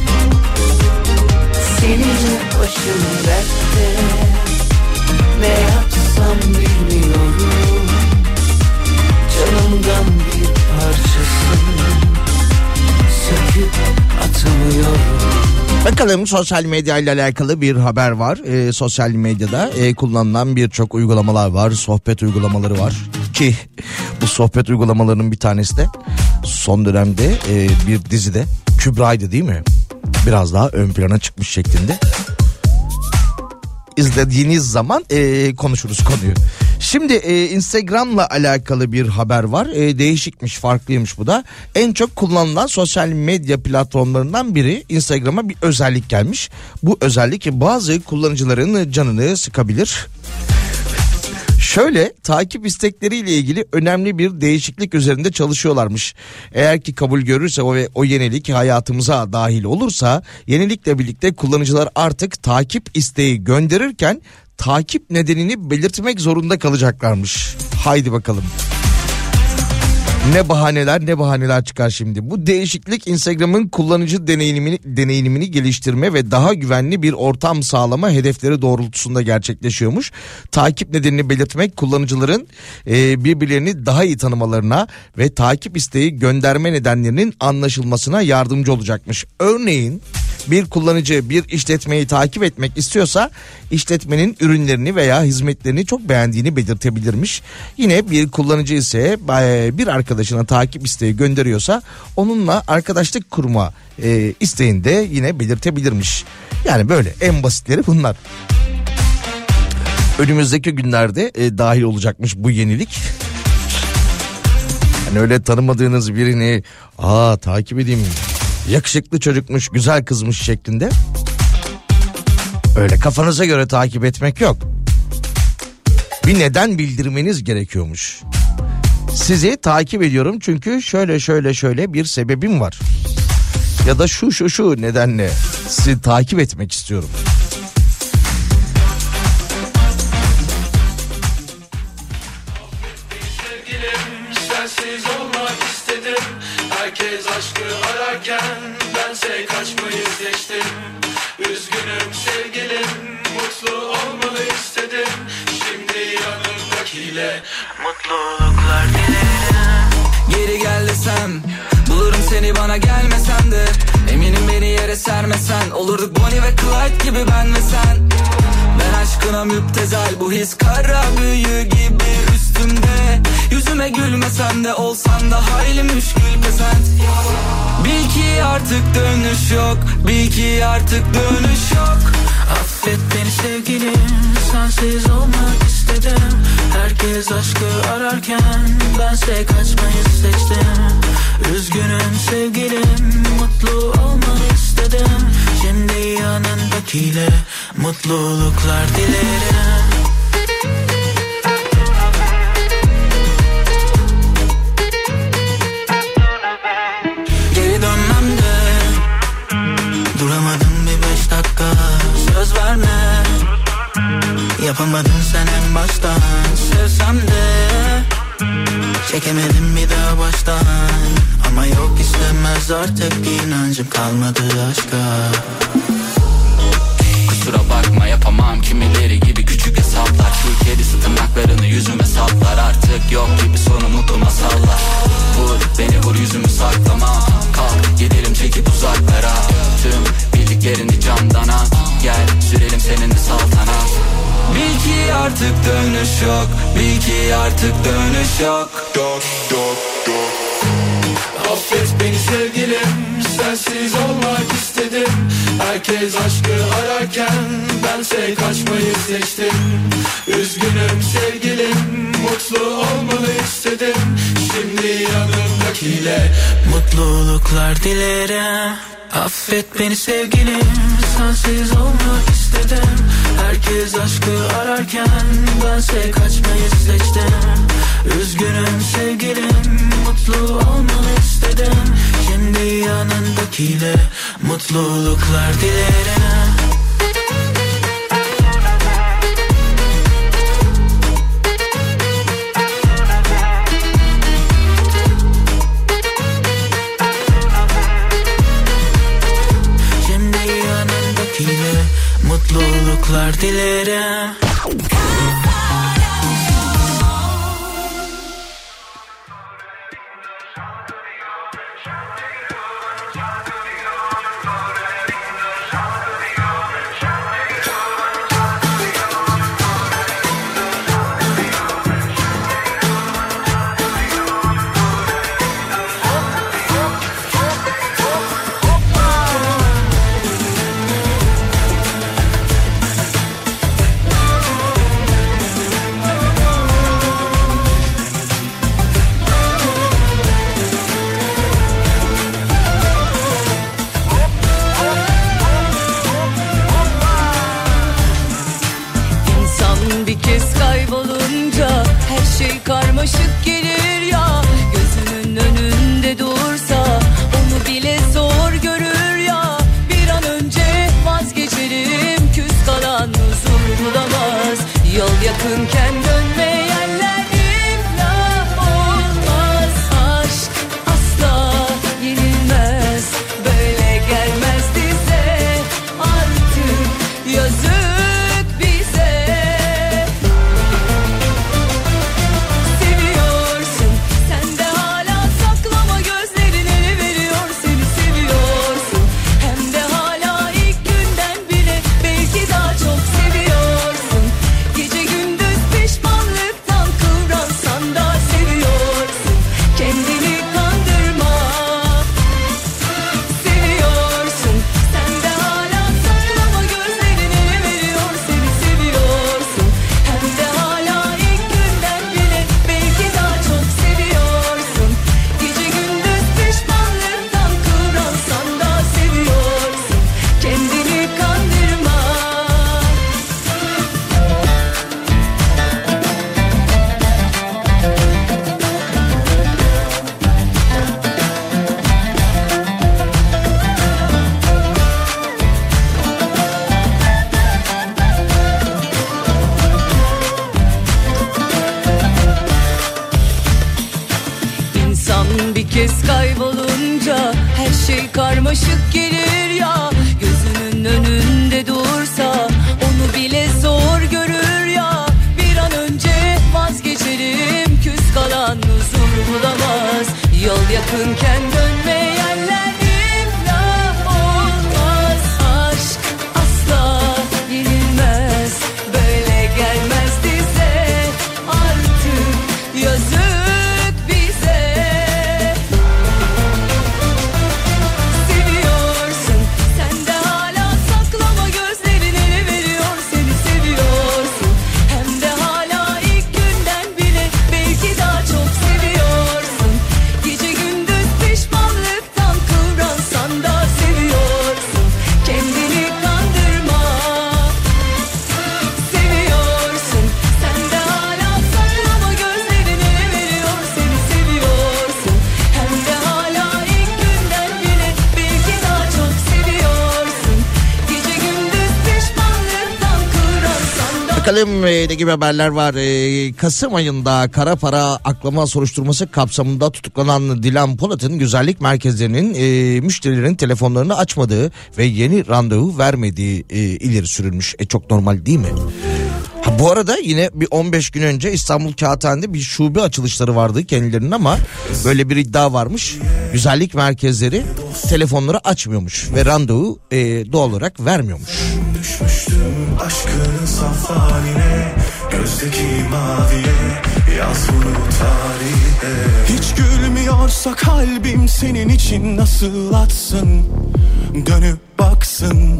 Seninle başım dertte, ne yapsam bilmiyorum. Canımdan bir parçasın, söküp atamıyorum. Bakalım sosyal medya ile alakalı bir haber var. Ee, sosyal medyada e, kullanılan birçok uygulamalar var. Sohbet uygulamaları var. Ki bu sohbet uygulamalarının bir tanesi de son dönemde e, bir dizide Kübra'ydı değil mi? Biraz daha ön plana çıkmış şeklinde. İzlediğiniz zaman e, konuşuruz konuyu. Şimdi e, Instagram'la alakalı bir haber var. E, değişikmiş, farklıymış bu da. En çok kullanılan sosyal medya platformlarından biri, Instagram'a bir özellik gelmiş. Bu özellik bazı kullanıcıların canını sıkabilir. Şöyle, takip istekleriyle ilgili önemli bir değişiklik üzerinde çalışıyorlarmış. Eğer ki kabul görürse o ve o yenilik hayatımıza dahil olursa, yenilikle birlikte kullanıcılar artık takip isteği gönderirken takip nedenini belirtmek zorunda kalacaklarmış. Haydi bakalım. Ne bahaneler ne bahaneler çıkar şimdi. Bu değişiklik Instagram'ın kullanıcı deneyimini, deneyimini geliştirme ve daha güvenli bir ortam sağlama hedefleri doğrultusunda gerçekleşiyormuş. Takip nedenini belirtmek kullanıcıların e, birbirlerini daha iyi tanımalarına ve takip isteği gönderme nedenlerinin anlaşılmasına yardımcı olacakmış. Örneğin bir kullanıcı bir işletmeyi takip etmek istiyorsa işletmenin ürünlerini veya hizmetlerini çok beğendiğini belirtebilirmiş. Yine bir kullanıcı ise bir arkadaşına takip isteği gönderiyorsa onunla arkadaşlık kurma e, isteğini de yine belirtebilirmiş. Yani böyle en basitleri bunlar. Önümüzdeki günlerde e, dahil olacakmış bu yenilik. Yani öyle tanımadığınız birini aa takip edeyim, yakışıklı çocukmuş, güzel kızmış şeklinde öyle kafanıza göre takip etmek yok. Bir neden bildirmeniz gerekiyormuş. Sizi takip ediyorum çünkü şöyle şöyle şöyle bir sebebim var. Ya da şu şu şu nedenle sizi takip etmek istiyorum. Sensiz olmak istedim. Herkes aşkı ararken bense kaçmayı seçtim. Üzgünüm sevgilim, mutlu olmanı istedim. Şimdi yanımdakiyle mutluluklar dilerim. Geri gel desem, bulurum seni bana gelmesen de. Eminim beni yere sermesen, olurduk Bonnie ve Clyde gibi ben ve sen. Ben aşkına müptezel, bu his kara büyü gibi üstümde. Yüzüme gülmesen de olsan da hayli müşkül pesent. Bil ki artık dönüş yok, bil ki artık dönüş yok. Affet beni sevgilim, sensiz olmak istedim. Herkes aşkı ararken bense kaçmayı seçtim. Üzgünüm sevgilim, mutlu olmak istedim. Şimdi yanındakiyle mutluluklar dilerim. Geri dönmem de duramadım bir beş dakika. Söz verme, yapamadın sen en baştan. Sevsem de çekemedim bir daha baştan. Ama yok istemez artık, inancım kalmadı aşka. Kusura bakma yapamam kimileri gibi küçük hesaplar. Şu kedisi tırnaklarını yüzüme saplar. Artık yok gibi sonu mutlu masallar. Vur beni vur yüzümü saklama. Kalk gidelim çekip uzaklara. Tüm bildiklerini camdan al. Gel sürelim seninle saltanat. Bil ki artık dönüş yok, bil ki artık dönüş yok. Dok dok dok. Affet beni sevgilim, sensiz olmak istedim. Herkes aşkı ararken bense kaçmayı seçtim. Üzgünüm sevgilim, mutlu olmanı istedim. Şimdi yanımdaki yanındakiyle mutluluklar dilerim. Affet beni sevgilim, sensiz olmak istedim. Herkes aşkı ararken bense kaçmayı seçtim. Üzgünüm sevgilim, mutlu olmanı istedim. Şimdi yanındakiyle mutluluklar dilerim. Mutluluklar dilerim. Karmaşık gelir ya, gözünün önünde dursa onu bile zor görür ya. Bir an önce vazgeçerim, küs kalan huzur bulamaz. Yol yakınken dönmeyenler iflah olmaz. Aşk asla yenilmez, böyle gelmez dize. Artık yazık bize. Karmaşık gelir ya, gözünün önünde dursa onu bile zor görür ya. Bir an önce vazgeçerim, küs kalan huzur bulamaz. Yol yakınken dönmeyenler iflah olmaz. Aşk asla yenilmez, böyle gelmez dize. Artık yazık bize. Bakalım ne gibi haberler var. Kasım ayında kara para aklama soruşturması kapsamında tutuklanan Dilan Polat'ın güzellik merkezlerinin e, müşterilerin telefonlarını açmadığı ve yeni randevu vermediği e, ileri sürülmüş. E çok normal değil mi? Ha, bu arada yine bir on beş gün önce İstanbul Kağıthane'de bir şube açılışları vardı kendilerinin ama böyle bir iddia varmış. Güzellik merkezleri telefonları açmıyormuş ve randevu e, doğal olarak vermiyormuş. Düşmüştüm aşkının saf haline, gözdeki maviye, yaz bunu tarihe. Hiç gülmüyorsa kalbim senin için nasıl atsın, dönüp baksın.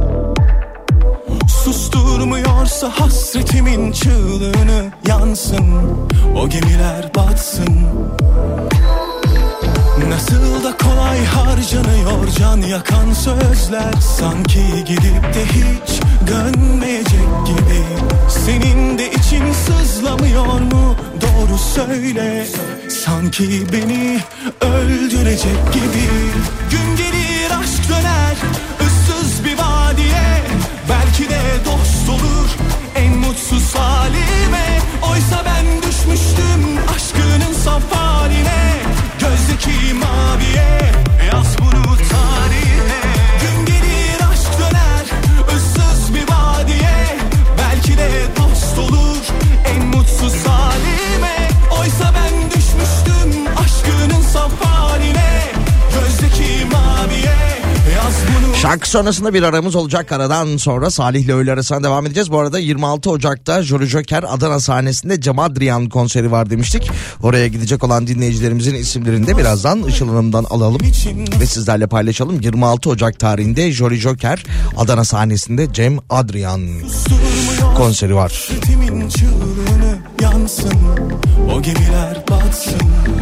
Susturmuyorsa hasretimin çığlığını yansın, o gemiler batsın. Nasıl da kolay harcanıyor can yakan sözler. Sanki gidip de hiç dönmeyecek gibi. Senin de için sızlamıyor mu? Doğru söyle. Sanki beni öldürecek gibi. Gün gelir aşk döner ıssız bir vadiye. Belki de dost olur en mutsuz halime. Oysa ben düşmüştüm aşkının saf haline. Gözdeki maviye yaz bunu tarihe. Gün gelir aşk döner ıssız bir vadiye. Belki de dost olur en mutsuz halime. Oysa ben düşmüştüm aşkının saf haline. Gözdeki maviye yaz bunu. Şarkı sonrasında bir aramız olacak. Aradan sonra Salih'le öğle arasına devam edeceğiz. Bu arada yirmi altı Ocak'ta Jolly Joker Adana sahnesinde Cem Adrian konseri var demiştik. Oraya gidecek olan dinleyicilerimizin isimlerini de birazdan Işıl Hanım'dan alalım ve sizlerle paylaşalım. yirmi altı Ocak tarihinde Jolly Joker Adana sahnesinde Cem Adrian konseri var. Ritimin çığlığını yansın, o gemiler batsın.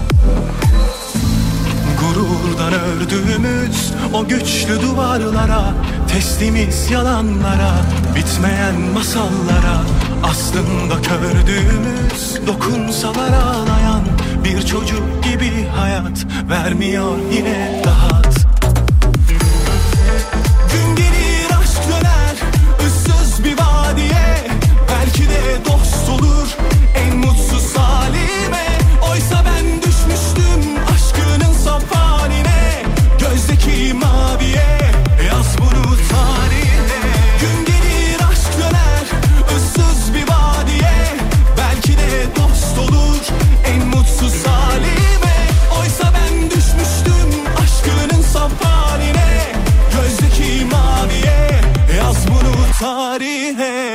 Gururdan ördüğümüz o güçlü duvarlara, teslimiz yalanlara, bitmeyen masallara. Aslında kördüğümüz dokunsalar ağlayan bir çocuk gibi hayat vermiyor yine rahat. Gün gelir aşk döner ıssız bir vadiye. Belki de dost olur en mutsuz halime. Oysa ben düşmüştüm aşkının saf haline. Gözdeki maviye yaz bunu tarihe. Gün gelir aşk döner ıssız bir vadiye. Belki de dost olur en mutsuz halime. Oysa ben düşmüştüm aşkının saf haline. Gözdeki maviye yaz bunu tarihe.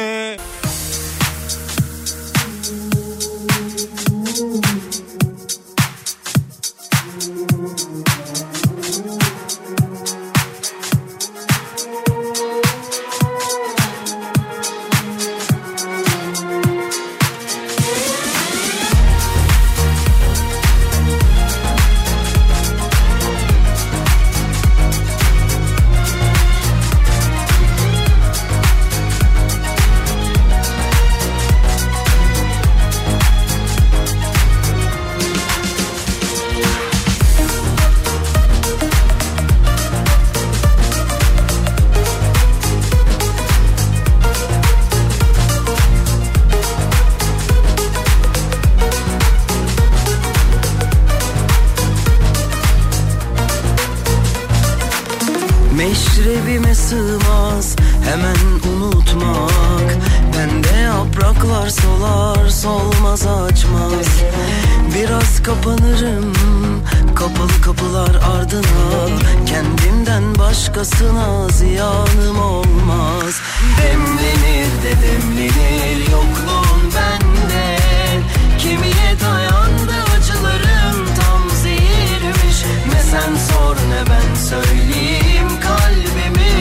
Meşrebime sığmaz hemen unutmak. Bende yapraklar solar solmaz açmaz. Biraz kapanırım kapalı kapılar ardına. Kendimden başkasına ziyanım olmaz. Demlenir de demlenir yokluğun bende. Kemiğe dayandı acılarım tam zehirmiş. Ne sen sor ne ben söyleyeyim kalbimi.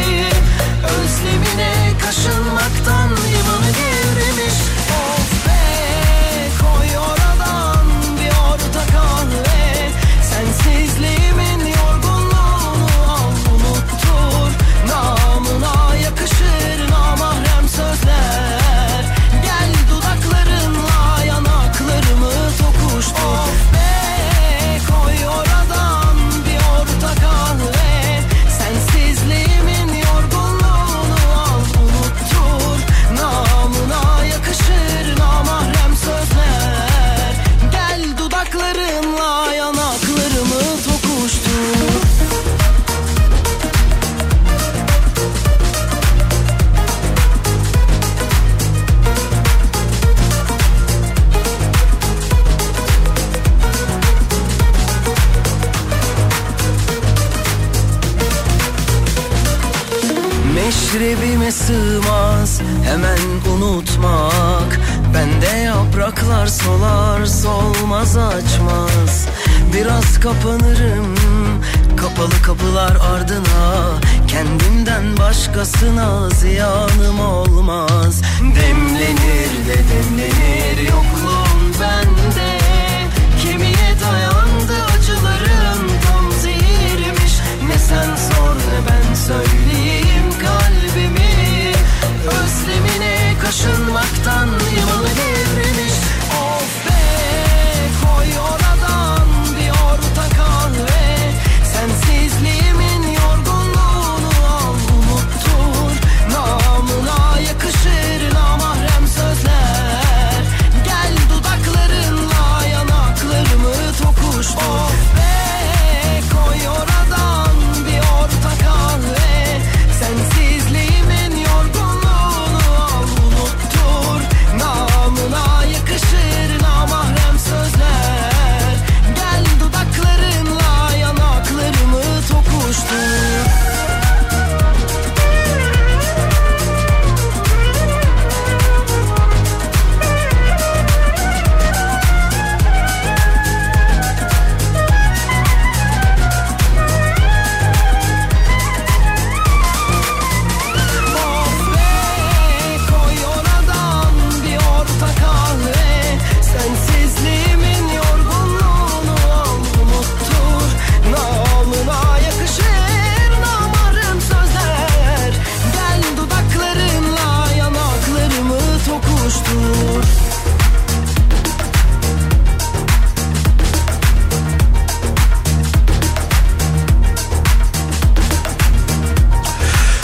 Özlemine kaşınmaktan limanı girmiş. Of be koy oradan bir orta kahve. Sensizliğimin yorgunluğunu al unuttur. Namına yakışır namahrem sözler. Gel dudaklarınla yanaklarımı tokuştur. Of be koy oradan bir orta kahve. Sensizliğimin yorgunluğunu al unuttur. Namına yakışır namahrem sözler. Gel dudaklarınla yanaklarımı tokuştur. Meşrebime sığmaz hemen unutmak. Bende yapraklar solar solmaz açmaz. Biraz kapanırım kapalı kapılar ardına. Kendimden başkasına ziyanım olmaz. Demlenir de demlenir yokluğun bende. Kemiğe dayandı acılarım tam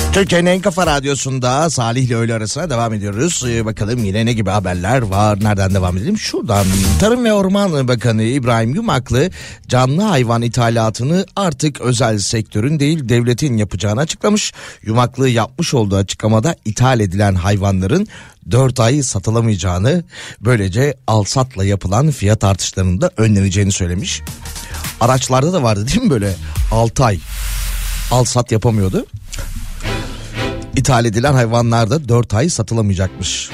Türkiye'nin en kafa radyosunda Salih ile öğle arasına devam ediyoruz. Ee, bakalım yine ne gibi haberler var. Nereden devam edelim? Şuradan. Tarım ve Orman Bakanı İbrahim Yumaklı canlı hayvan ithalatını artık özel sektörün değil devletin yapacağını açıklamış. Yumaklı yapmış olduğu açıklamada ithal edilen hayvanların dört ay satılamayacağını, böylece alsatla yapılan fiyat artışlarının da önleneceğini söylemiş. Araçlarda da vardı değil mi böyle altı ay alsat yapamıyordu. İthal edilen hayvanlar da dört ay satılamayacakmış.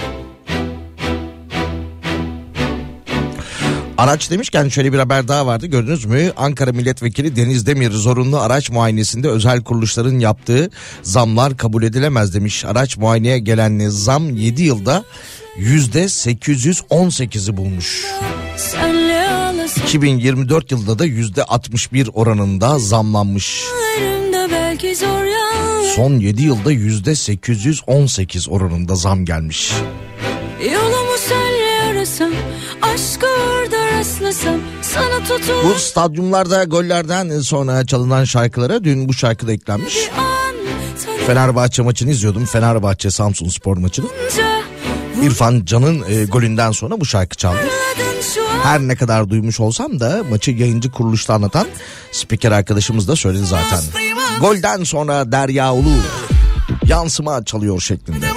Araç demişken şöyle bir haber daha vardı, gördünüz mü? Ankara Milletvekili Deniz Demir zorunlu araç muayenesinde özel kuruluşların yaptığı zamlar kabul edilemez demiş. Araç muayeneye gelen zam yedi yılda yüzde sekiz yüz on sekizi bulmuş. iki bin yirmi dört yılında da yüzde altmış bir oranında zamlanmış. Son yedi yılda yüzde sekiz yüz on sekiz oranında zam gelmiş. Yolumu senle arasam, aşkı orada rastlasam, sana tutulur. Bu stadyumlarda gollerden sonra çalınan şarkılara dün bu şarkı da eklenmiş. Fenerbahçe maçını izliyordum. Fenerbahçe Samsunspor maçını. İrfan Can'ın e, golünden sonra bu şarkı çaldı. Her ne kadar duymuş olsam da maçı yayıncı kuruluşta anlatan spiker arkadaşımız da söyledi zaten. Golden sonra Derya Ulu yansıma çalıyor şeklinde.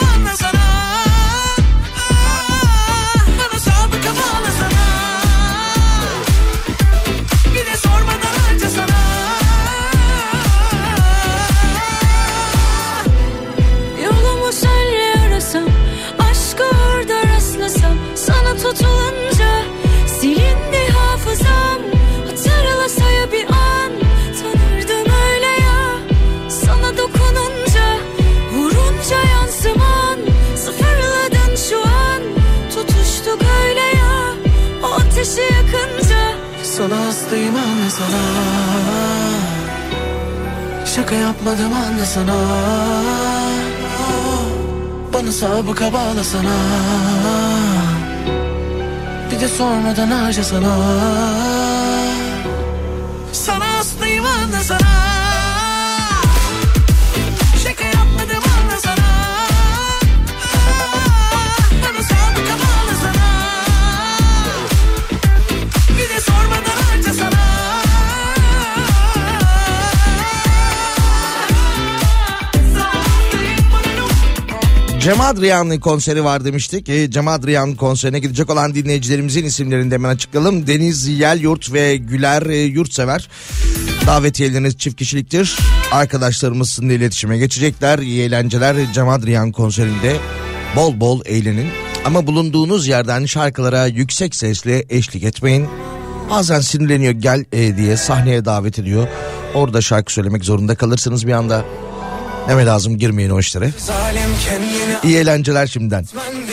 Yolumu senle arasam, aşkı orada rastlasam, sana tutulunca silindi hafızam. Hatırlasaya bir an, tanırdım öyle ya. Sana dokununca, vurunca yansıman, sıfırladın şu an. Tutuştuk öyle ya, o ateşi yakınca. Sana hastayım anne sana, şaka yapmadım anne sana. Bana sabıka bağlasana, bir de sormadan harcasana. Sana hastayım anne sana, şaka yapmadım anne sana. Bana sabıka bağlasana, bir de sormadan harcasana. Cem Adrian konseri var demiştik. E, Cem Adrian konserine gidecek olan dinleyicilerimizin isimlerini de hemen açıklayalım. Deniz Yelyurt ve Güler e, Yurtsever. Davetiyeleriniz çift kişiliktir. Arkadaşlarımız sizinle iletişime geçecekler. İyi eğlenceler. Cem Adrian konserinde bol bol eğlenin. Ama bulunduğunuz yerden şarkılara yüksek sesle eşlik etmeyin. Bazen sinirleniyor, gel e, diye sahneye davet ediyor. Orada şarkı söylemek zorunda kalırsınız bir anda. Deme lazım, girmeyin o işlere. İyi eğlenceler şimdiden.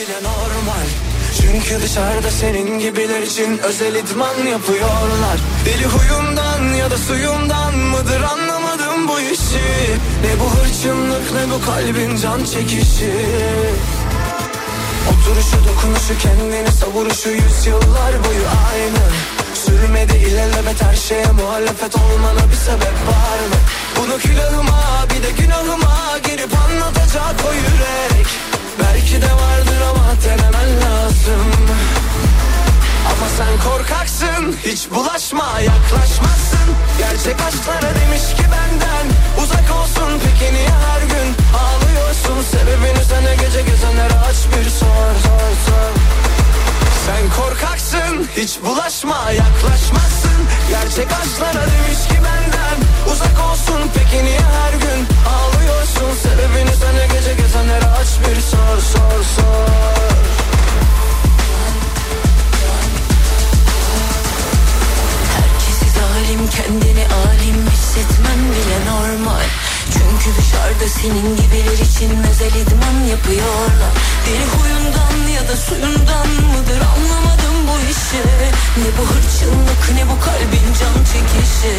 Çünkü dışarıda senin gibiler için özel idman yapıyorlar. Deli huyumdan ya da suyumdan mıdır anlamadım bu işi. Ne bu hırçınlık ne bu kalbin can çekişi. Oturuşu dokunuşu kendini savuruşu yüzyıllar boyu aynı. Sürmedi ilelebet her şeye muhalefet olmana bir sebep var mı? Bunu külahıma bir de günahıma girip anlatacak o yürek. Belki de vardır ama denemen lazım. Ama sen korkaksın, hiç bulaşma yaklaşmazsın. Gerçek aşklara demiş ki benden uzak olsun, peki niye her gün ağlıyorsun? Sebebini sana gece gezenlere aç bir sor sor sor. Sen korkaksın, hiç bulaşma yaklaşmazsın. Gerçek aşklara demiş ki benden uzak olsun, peki niye her gün ağlıyorsun? Sebebini sana gece gezenlere aç bir sor sor sor. Herkesi zalim, kendini alim hissetmen bile normal. Çünkü dışarıda senin gibiler için özel idman yapıyorlar. Deli huyundan ya da suyundan mıdır anlamadım bu işi. Ne bu hırçınlık ne bu kalbin can çekişi.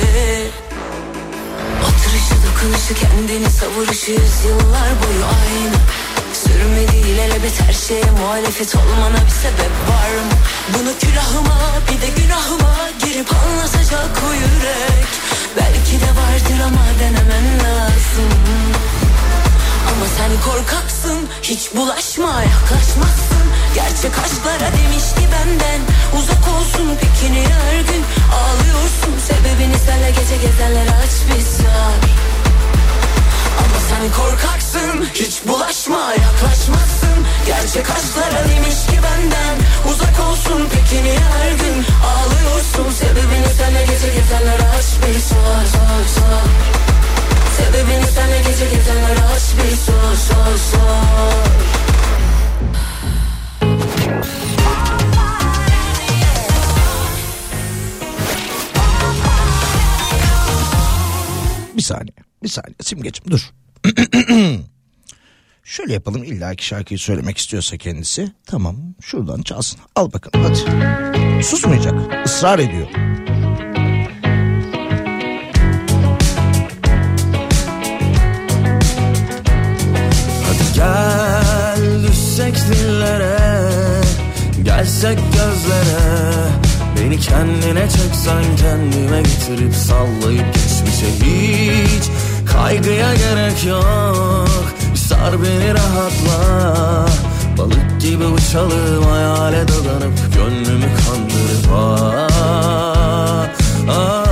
Oturuşu dokunuşu kendini savuruşu yüzyıllar boyu aynı. Sürmedi ilelebet her şeye muhalefet olmana bir sebep var mı? Bunu külahıma bir de günahıma girip anlatacak o yürek. Belki de vardır ama denemen lazım. Ama sen korkaksın, hiç bulaşma, yaklaşmazsın. Gerçek aşklara demişti benden uzak olsun pikini her gün. Ağlıyorsun sebebini senle gece gezenlere aç bir sar. Ama sen korkaksın, hiç bulaşma, yaklaşmazsın. Gerçek aşklara demişti benden uzak olsun pikini her gün. Ağlıyorsun sebebini senle gece gezenlere aç bir sar, sar, sar. Sebebini senle gece gezenlere aç bir sor, sor, sor. Bir saniye, bir saniye Simgeciğim dur. Şöyle yapalım, illa ki şarkıyı söylemek istiyorsa kendisi. Tamam, şuradan çalsın. Al bakalım hadi. Susmayacak, ısrar ediyor. Gel düşsek dillere, gelsek gözlere. Beni kendine çeksen kendime getirip sallayıp geçmişe hiç kaygıya gerek yok. Sar beni rahatla, balık gibi uçalım hayale dadanıp gönlümü kandırıp ah, ah.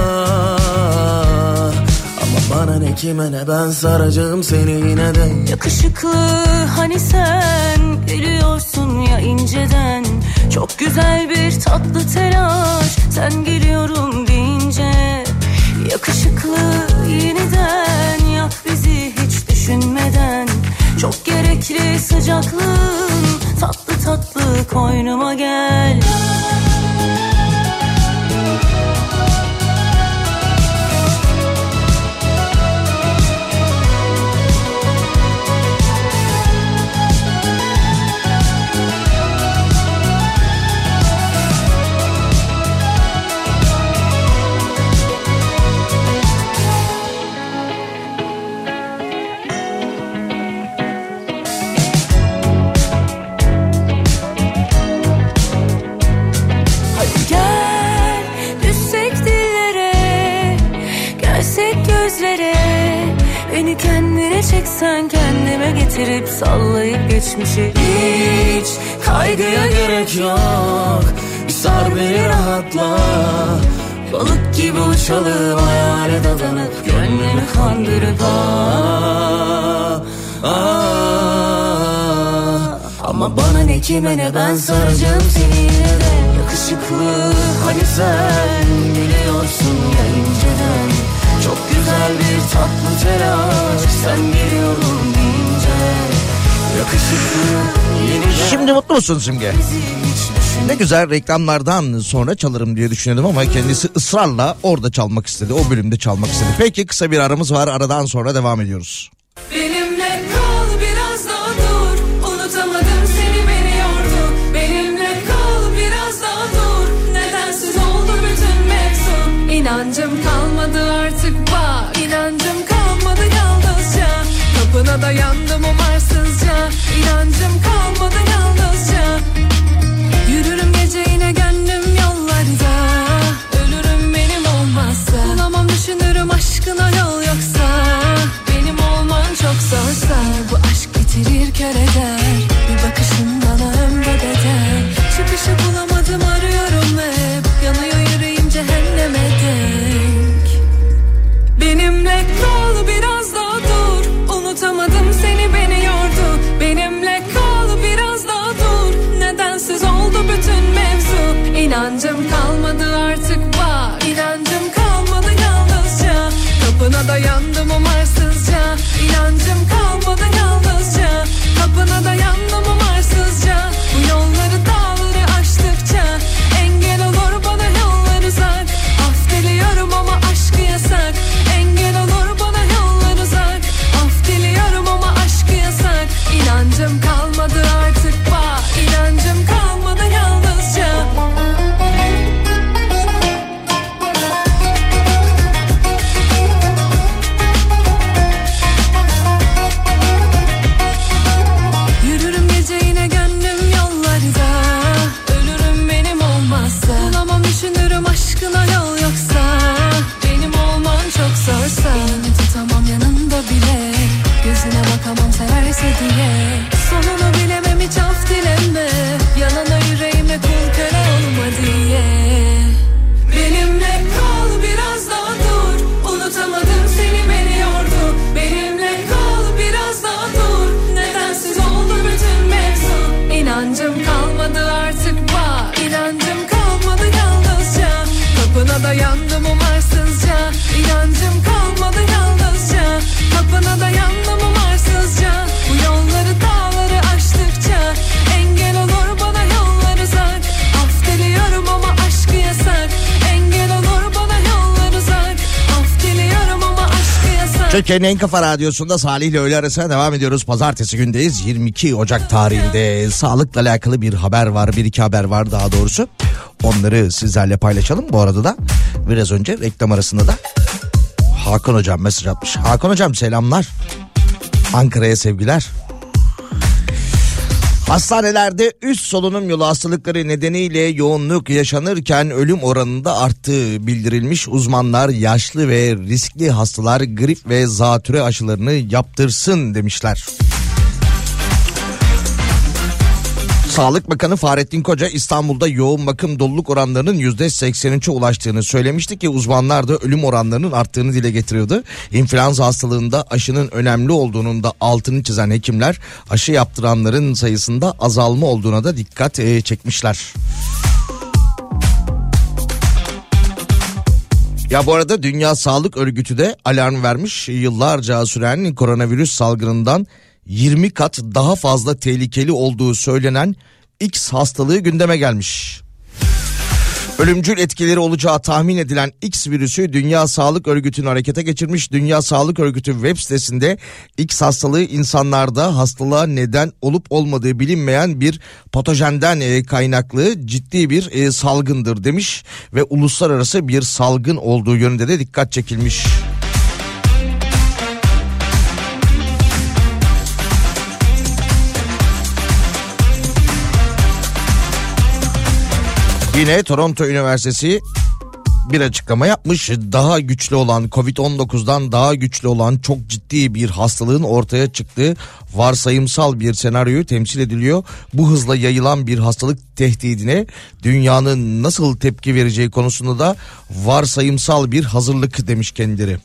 Bana ne kime ne ben saracağım seni yine de. Yakışıklı hani sen gülüyorsun ya inceden. Çok güzel bir tatlı telaş sen geliyorum deyince. Yakışıklı yeniden yak bizi hiç düşünmeden. Çok gerekli sıcaklığın tatlı tatlı koynuma gel. Beni kendine çeksen kendime getirip sallayıp geçmişi hiç kaygıya gerek yok. Bir sar beni rahatla, balık gibi uçalım hayale dadanıp gönlümü kandırıp ah, ah. Ama bana ne kime ne ben saracağım seni yine de. Yakışıklı hani sen biliyorsun ya inceden. Çok güzel bir tatlı telaş sen geliyorum deyince. Yakışıklı yeniden. Şimdi mutlu musun Simge? Ne güzel, reklamlardan sonra çalarım diye düşünüyordum ama kendisi ısrarla orada çalmak istedi. O bölümde çalmak istedi. Peki kısa bir aramız var, aradan sonra devam ediyoruz. Benimle kal biraz daha dur. Unutamadım seni beni yordu. Benimle kal biraz daha dur. Nedensiz oldu bütün mevzu. İnancım kalmadı artık bak. İnancım kalmadı yalnızca. Kapına dayandım umarsızca. İnancım kalmadı yalnızca. Yürürüm gece yine gönlüm yollarda. Ölürüm benim olmazsa. Bulamam düşünürüm aşkına yol yoksa. Benim olman çok zorsa. Bu aşk bitirir kör eder. Bir bakışın bana ömre bedel. Çıkışı bulamadım arıyorum hep. Yanıyor yüreğim cehenneme denk. Benimle kal biraz daha dur. Unutamadım seni beni yordu. Benimle kal biraz daha dur. Nedensiz oldu bütün mevzu. İnancım kalmadı artık bak. İnancım kalmadı yalnızca. Kapına dayandım umarsızca. İnancım kalmadı yalnızca. Kapına dayandım umarsızca. Bu yolları dağları aştıkça engel olur bana yollar uzak. Af diliyorum ama aşkı yasak. Engel olur bana yollar uzak. Af diliyorum ama aşkı yasak. İnancım kalmadı artık bak. İnancım kalmadı yalnızca. Yürürüm gece Türkiye'nin en kafa radyosunda Salih ile öğle arasına devam ediyoruz. Pazartesi gündeyiz. yirmi iki Ocak tarihinde sağlıkla alakalı bir haber var. Bir iki haber var daha doğrusu. Onları sizlerle paylaşalım. Bu arada da biraz önce reklam arasında da Hakan Hocam mesaj atmış. Hakan Hocam selamlar. Ankara'ya sevgiler. Hastanelerde üst solunum yolu hastalıkları nedeniyle yoğunluk yaşanırken ölüm oranında arttığı bildirilmiş. Uzmanlar yaşlı ve riskli hastalar grip ve zatürre aşılarını yaptırsın demişler. Sağlık Bakanı Fahrettin Koca İstanbul'da yoğun bakım doluluk oranlarının yüzde seksen üçe ulaştığını söylemişti ki uzmanlar da ölüm oranlarının arttığını dile getiriyordu. İnfluenza hastalığında aşının önemli olduğunun da altını çizen hekimler aşı yaptıranların sayısında azalma olduğuna da dikkat çekmişler. Ya bu arada Dünya Sağlık Örgütü de alarm vermiş. Yıllarca süren koronavirüs salgınından yirmi kat daha fazla tehlikeli olduğu söylenen X hastalığı gündeme gelmiş. Ölümcül etkileri olacağı tahmin edilen X virüsü Dünya Sağlık Örgütü'nü harekete geçirmiş. Dünya Sağlık Örgütü web sitesinde X hastalığı insanlarda hastalığa neden olup olmadığı bilinmeyen bir patojenden kaynaklı ciddi bir salgındır demiş ve uluslararası bir salgın olduğu yönünde de dikkat çekilmiş. Yine Toronto Üniversitesi bir açıklama yapmış. Daha güçlü olan kovid on dokuzdan daha güçlü olan çok ciddi bir hastalığın ortaya çıktığı varsayımsal bir senaryoyu temsil ediliyor. Bu hızla yayılan bir hastalık tehdidine dünyanın nasıl tepki vereceği konusunda da varsayımsal bir hazırlık demiş kendileri.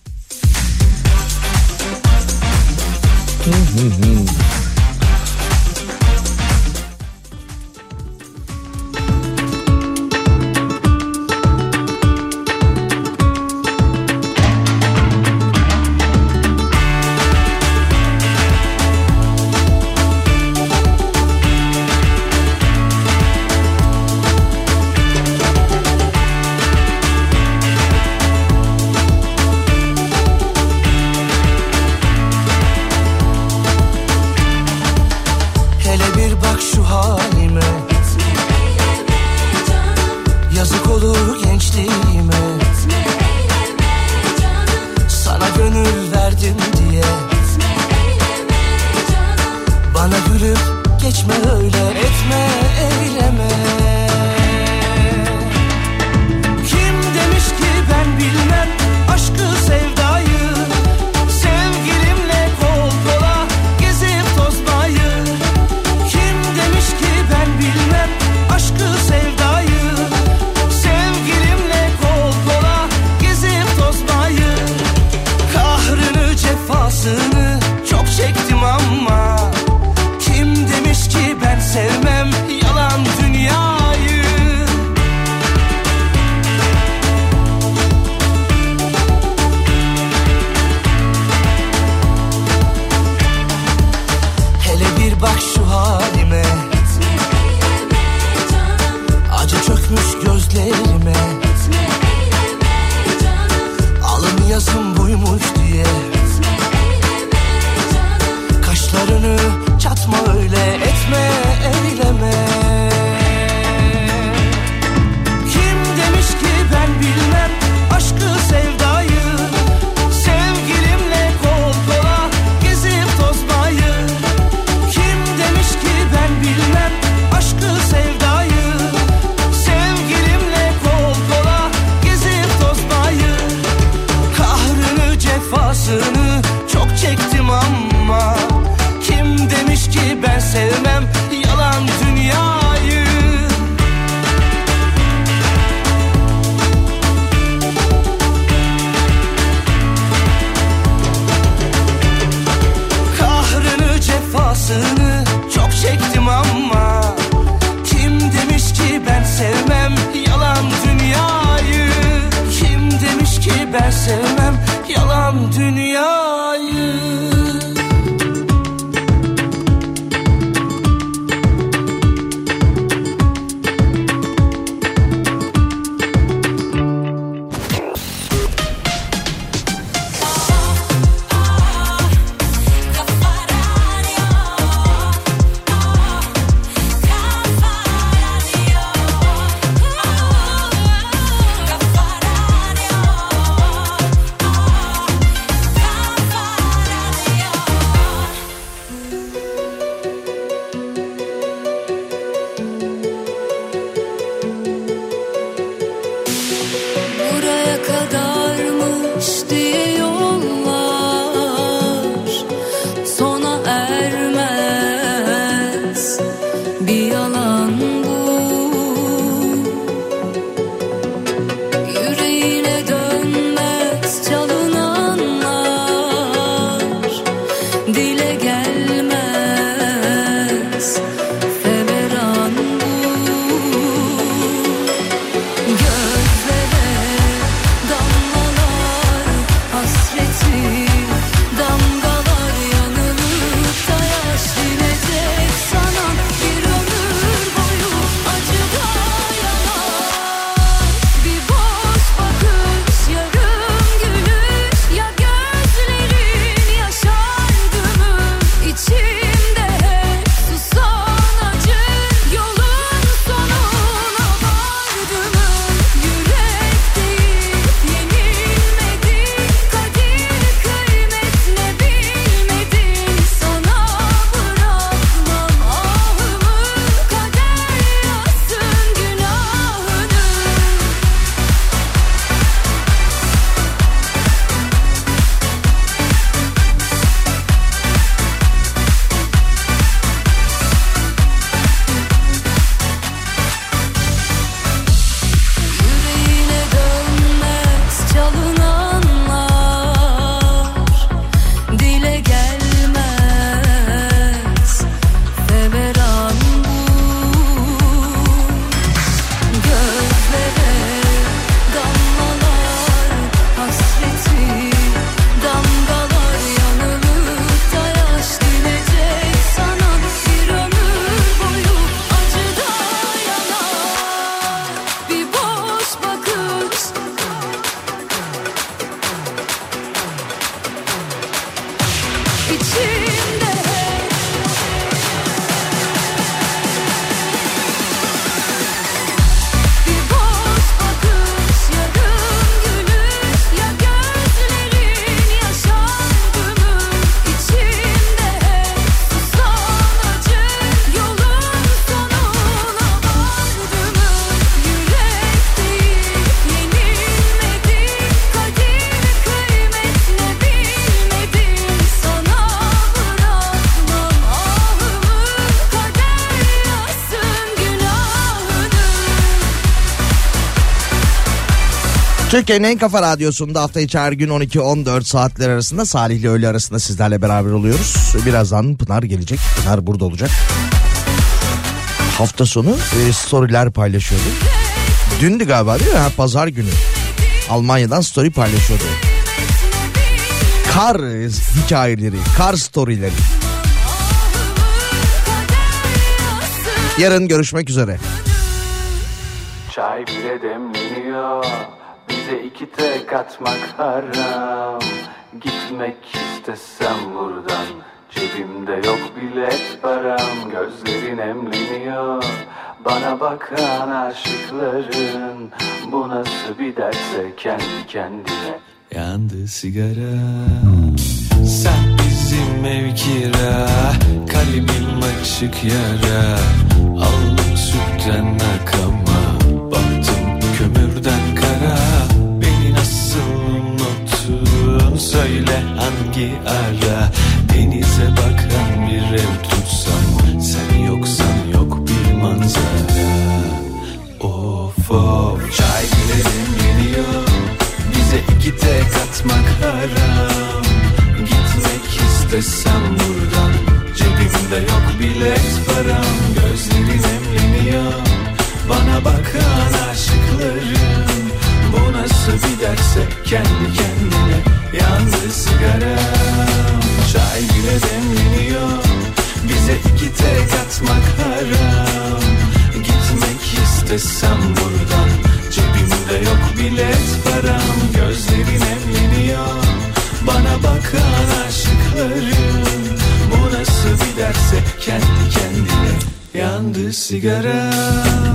Türkiye'nin en kafa radyosunda hafta içi her gün on iki on dört saatler arasında Salih ile öğle arasında sizlerle beraber oluyoruz. Birazdan Pınar gelecek. Pınar burada olacak. Hafta sonu e, storyler paylaşıyordu. Dündü galiba değil mi? Ha, pazar günü. Almanya'dan story paylaşıyordu. Kar hikayeleri, kar storyleri. Yarın görüşmek üzere. Çay bile demleniyor, bize iki tek atmak haram. Gitmek istesem buradan, cebimde yok bilet param. Gözlerin emleniyor, bana bakan aşıkların. Bu nasıl bir derse kendi kendine. Yandı sigara, sen bizim ev kira, kalbim açık yara. Aldım sütten akama, baktım kömürden kara. Beni nasıl unuttun söyle hangi ara. Denize bakan bir ev tutsam, sen yoksan yok bir manzara. Of of, çay bilerim geliyor, bize iki tek atmak haram. Gitmek istesem buradan, cebimde yok bilet param. Gözlerin emleniyor, bana bakan aşıkların. Bu nasıl bir derse kendi kendine. Yandı sigaram, çay bile demleniyor, bize iki tek atmak haram. Gitmek istesem buradan, cebimde yok bilet param. Gözlerin emleniyor, bana bakan aşıkların. Bu nasıl bir derse kendi kendine. Yandı sigaram.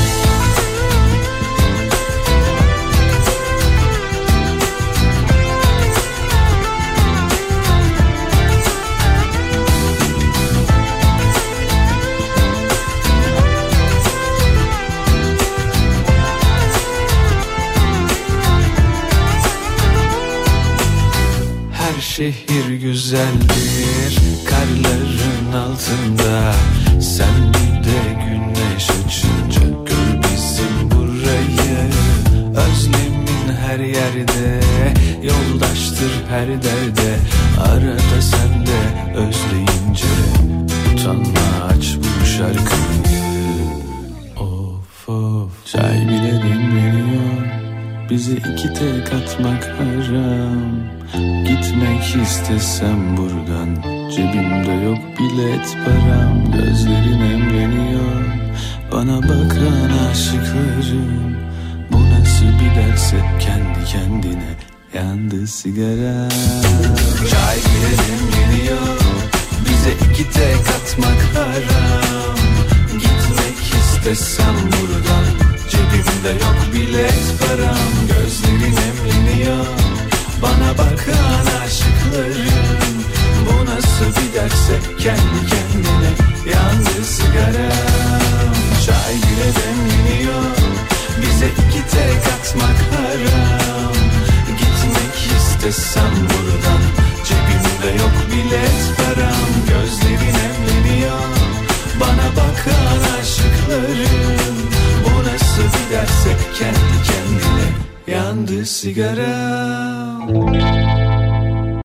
Şehir güzeldir karların altında. Sen bir de güneş açınca gör bizim burayı. Özlemin her yerde, yoldaştır her derde. Arada sen de özleyince utanma, aç bu şarkıyı. Of of, çay bile demleniyor, bize iki tek atmak haram. Gitmek istesem buradan, cebimde yok bilet param. Gözlerin emleniyor, bana bakan aşıkların. Bu nasıl bir derse kendi kendine. Yandı sigara, çay bile demleniyor, bize iki tek atmak haram. Gitmek istesem buradan, cebimde yok bilet param. Gözlerin emleniyor, bana bakan aşıkların. Bu nasıl bir derse kendi kendine. Yandı sigaram, çay bile demleniyor, bize iki tek atmak haram. Gitmek istesem buradan, cebimde yok bilet param. Gözlerin emleniyor, bana bakan aşıkların. Bu nasıl bir derse kendi kendine. Yandı sigaram.